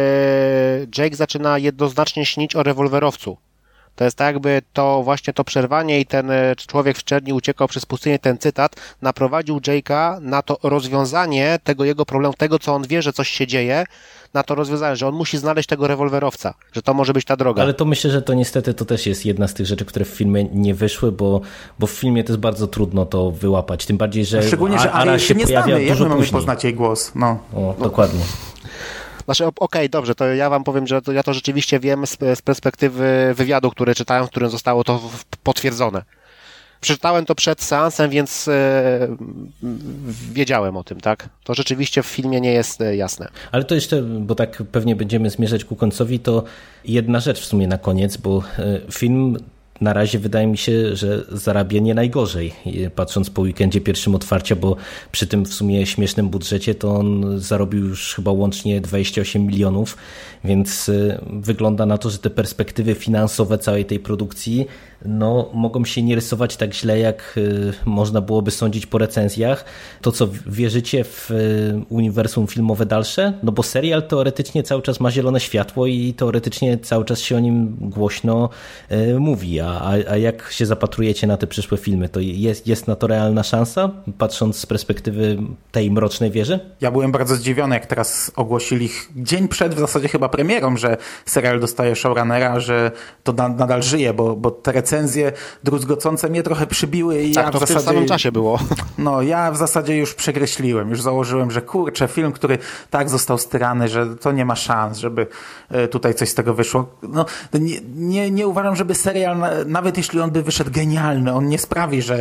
Jake zaczyna jednoznacznie śnić o rewolwerowcu. To jest tak jakby to właśnie to przerwanie i ten człowiek w czerni uciekał przez pustynię, ten cytat naprowadził Jake'a na to rozwiązanie tego jego problemu, tego co on wie, że coś się dzieje, na to rozwiązanie, że on musi znaleźć tego rewolwerowca, że to może być ta droga. Ale to myślę, że to niestety to też jest jedna z tych rzeczy, które w filmie nie wyszły, bo, bo w filmie to jest bardzo trudno to wyłapać, tym bardziej, że szczególnie, że Ara się nie pojawia znamy, dużo jak my mamy później. poznać jej głos. No. O, dokładnie. Znaczy, okej, okay, dobrze, to ja wam powiem, że to, ja to rzeczywiście wiem z, z perspektywy wywiadu, który czytałem, w którym zostało to potwierdzone. Przeczytałem to przed seansem, więc e, wiedziałem o tym, tak? To rzeczywiście w filmie nie jest e, jasne. Ale to jeszcze, bo tak pewnie będziemy zmierzać ku końcowi, to jedna rzecz w sumie na koniec, bo e, film na razie wydaje mi się, że zarabia nie najgorzej, patrząc po weekendzie pierwszym otwarcia, bo przy tym w sumie śmiesznym budżecie to on zarobił już chyba łącznie dwadzieścia osiem milionów, więc wygląda na to, że te perspektywy finansowe całej tej produkcji no, mogą się nie rysować tak źle, jak można byłoby sądzić po recenzjach. To co, wierzycie w uniwersum filmowe dalsze? No bo serial teoretycznie cały czas ma zielone światło i teoretycznie cały czas się o nim głośno mówi. A, a jak się zapatrujecie na te przyszłe filmy, to jest, jest na to realna szansa, patrząc z perspektywy tej Mrocznej Wieży? Ja byłem bardzo zdziwiony, jak teraz ogłosili dzień przed w zasadzie chyba premierą, że serial dostaje showrunnera, że to na, nadal żyje, bo, bo te recenzje druzgocące mnie trochę przybiły. I tak, ja to w, w zasadzie, tym samym czasie było. No, ja w zasadzie już przekreśliłem, już założyłem, że kurczę, film, który tak został styrany, że to nie ma szans, żeby tutaj coś z tego wyszło. No, nie, nie, nie uważam, żeby serial, nawet jeśli on by wyszedł genialny, on nie sprawi, że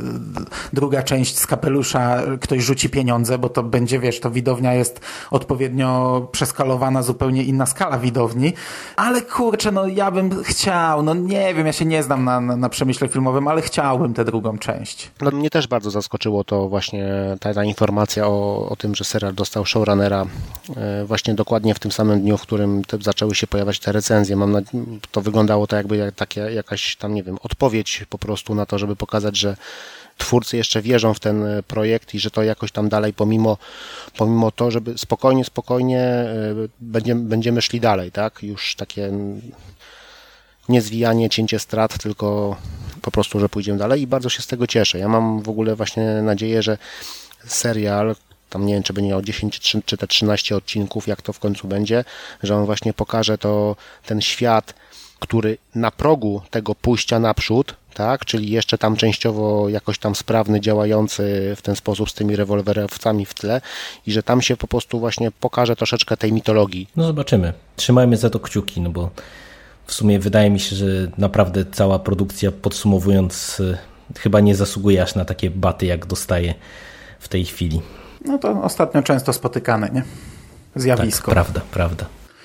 druga część z kapelusza ktoś rzuci pieniądze, bo to będzie, wiesz, to widownia jest odpowiednio przeskalowana, zupełnie inna skala widowni, ale kurczę, no ja bym chciał, no nie wiem, ja się nie znam na, na, na przemyśle filmowym, ale chciałbym tę drugą część. No mnie też bardzo zaskoczyło to właśnie ta, ta informacja o, o tym, że serial dostał showrunnera właśnie dokładnie w tym samym dniu, w którym te, zaczęły się pojawiać te recenzje. Mam na, to wyglądało to jakby jak, takie, jakaś tam, nie wiem, odpowiedź po prostu na to, żeby pokazać, że twórcy jeszcze wierzą w ten projekt i że to jakoś tam dalej, pomimo, pomimo to, żeby spokojnie, spokojnie będziemy, będziemy szli dalej, tak? Już takie nie zwijanie, cięcie strat, tylko po prostu, że pójdziemy dalej i bardzo się z tego cieszę. Ja mam w ogóle właśnie nadzieję, że serial, tam nie wiem, czy będzie miał dziesięć czy, czy te trzynaście odcinków, jak to w końcu będzie, że on właśnie pokaże to, ten świat, który na progu tego pójścia naprzód tak, czyli jeszcze tam częściowo jakoś tam sprawny, działający w ten sposób z tymi rewolwerowcami w tle i że tam się po prostu właśnie pokaże troszeczkę tej mitologii. No zobaczymy. Trzymajmy za to kciuki, no bo w sumie wydaje mi się, że naprawdę cała produkcja, podsumowując, chyba nie zasługuje aż na takie baty, jak dostaje w tej chwili. No to ostatnio często spotykane, nie? Zjawisko. Tak, prawda, prawda.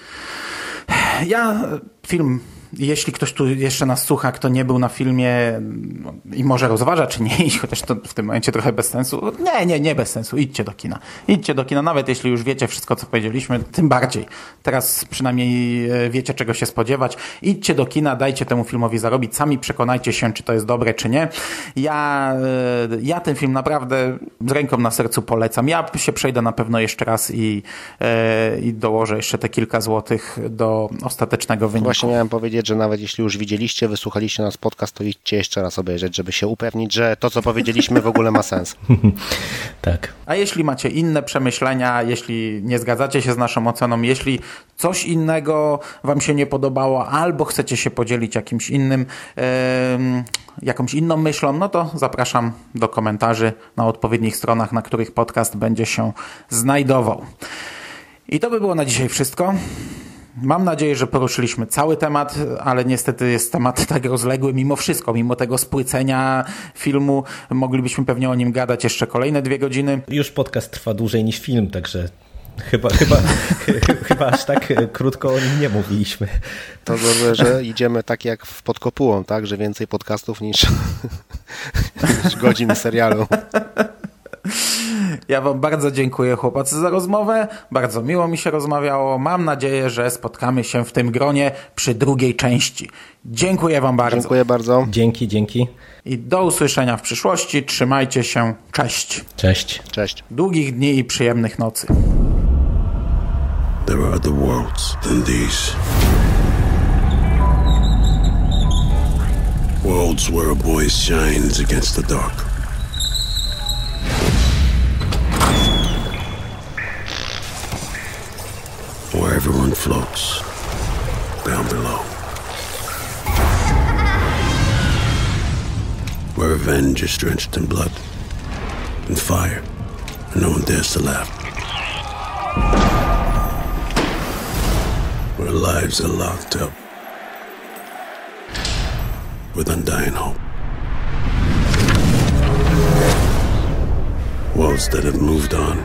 Ja film, jeśli ktoś tu jeszcze nas słucha, kto nie był na filmie i może rozważa, czy nie iść, chociaż to w tym momencie trochę bez sensu. Nie, nie, nie bez sensu. Idźcie do kina. Idźcie do kina, nawet jeśli już wiecie wszystko, co powiedzieliśmy, tym bardziej. Teraz przynajmniej wiecie, czego się spodziewać. Idźcie do kina, dajcie temu filmowi zarobić. Sami przekonajcie się, czy to jest dobre, czy nie. Ja, ja ten film naprawdę z ręką na sercu polecam. Ja się przejdę na pewno jeszcze raz i, i dołożę jeszcze te kilka złotych do ostatecznego wyniku. Właśnie miałem powiedzieć, że nawet jeśli już widzieliście, wysłuchaliście nas podcast, to idźcie jeszcze raz obejrzeć, żeby się upewnić, że to, co powiedzieliśmy, w ogóle ma sens. Tak. A jeśli macie inne przemyślenia, jeśli nie zgadzacie się z naszą oceną, jeśli coś innego wam się nie podobało, albo chcecie się podzielić jakimś innym, yy, jakąś inną myślą, no to zapraszam do komentarzy na odpowiednich stronach, na których podcast będzie się znajdował. I to by było na dzisiaj wszystko. Mam nadzieję, że poruszyliśmy cały temat, ale niestety jest temat tak rozległy mimo wszystko, mimo tego spłycenia filmu. Moglibyśmy pewnie o nim gadać jeszcze kolejne dwie godziny. Już podcast trwa dłużej niż film, także chyba, chyba, chyba aż tak krótko o nim nie mówiliśmy. To dobrze, że idziemy tak jak pod kopułą, tak? Że więcej podcastów niż, niż godzin serialu. Ja wam bardzo dziękuję, chłopacy, za rozmowę. Bardzo miło mi się rozmawiało. Mam nadzieję, że spotkamy się w tym gronie przy drugiej części. Dziękuję wam bardzo. Dziękuję bardzo. Dzięki, dzięki. I do usłyszenia w przyszłości. Trzymajcie się. Cześć. Cześć. Cześć. Długich dni i przyjemnych nocy. There are other worlds than these. Worlds where a boy shines against the dark. Where everyone floats down below. Where revenge is drenched in blood and fire, and no one dares to laugh. Where lives are locked up with undying hope. Worlds that have moved on,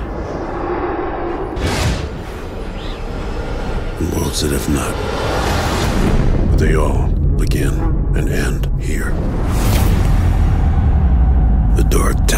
and worlds that have not. But they all begin and end here. The dark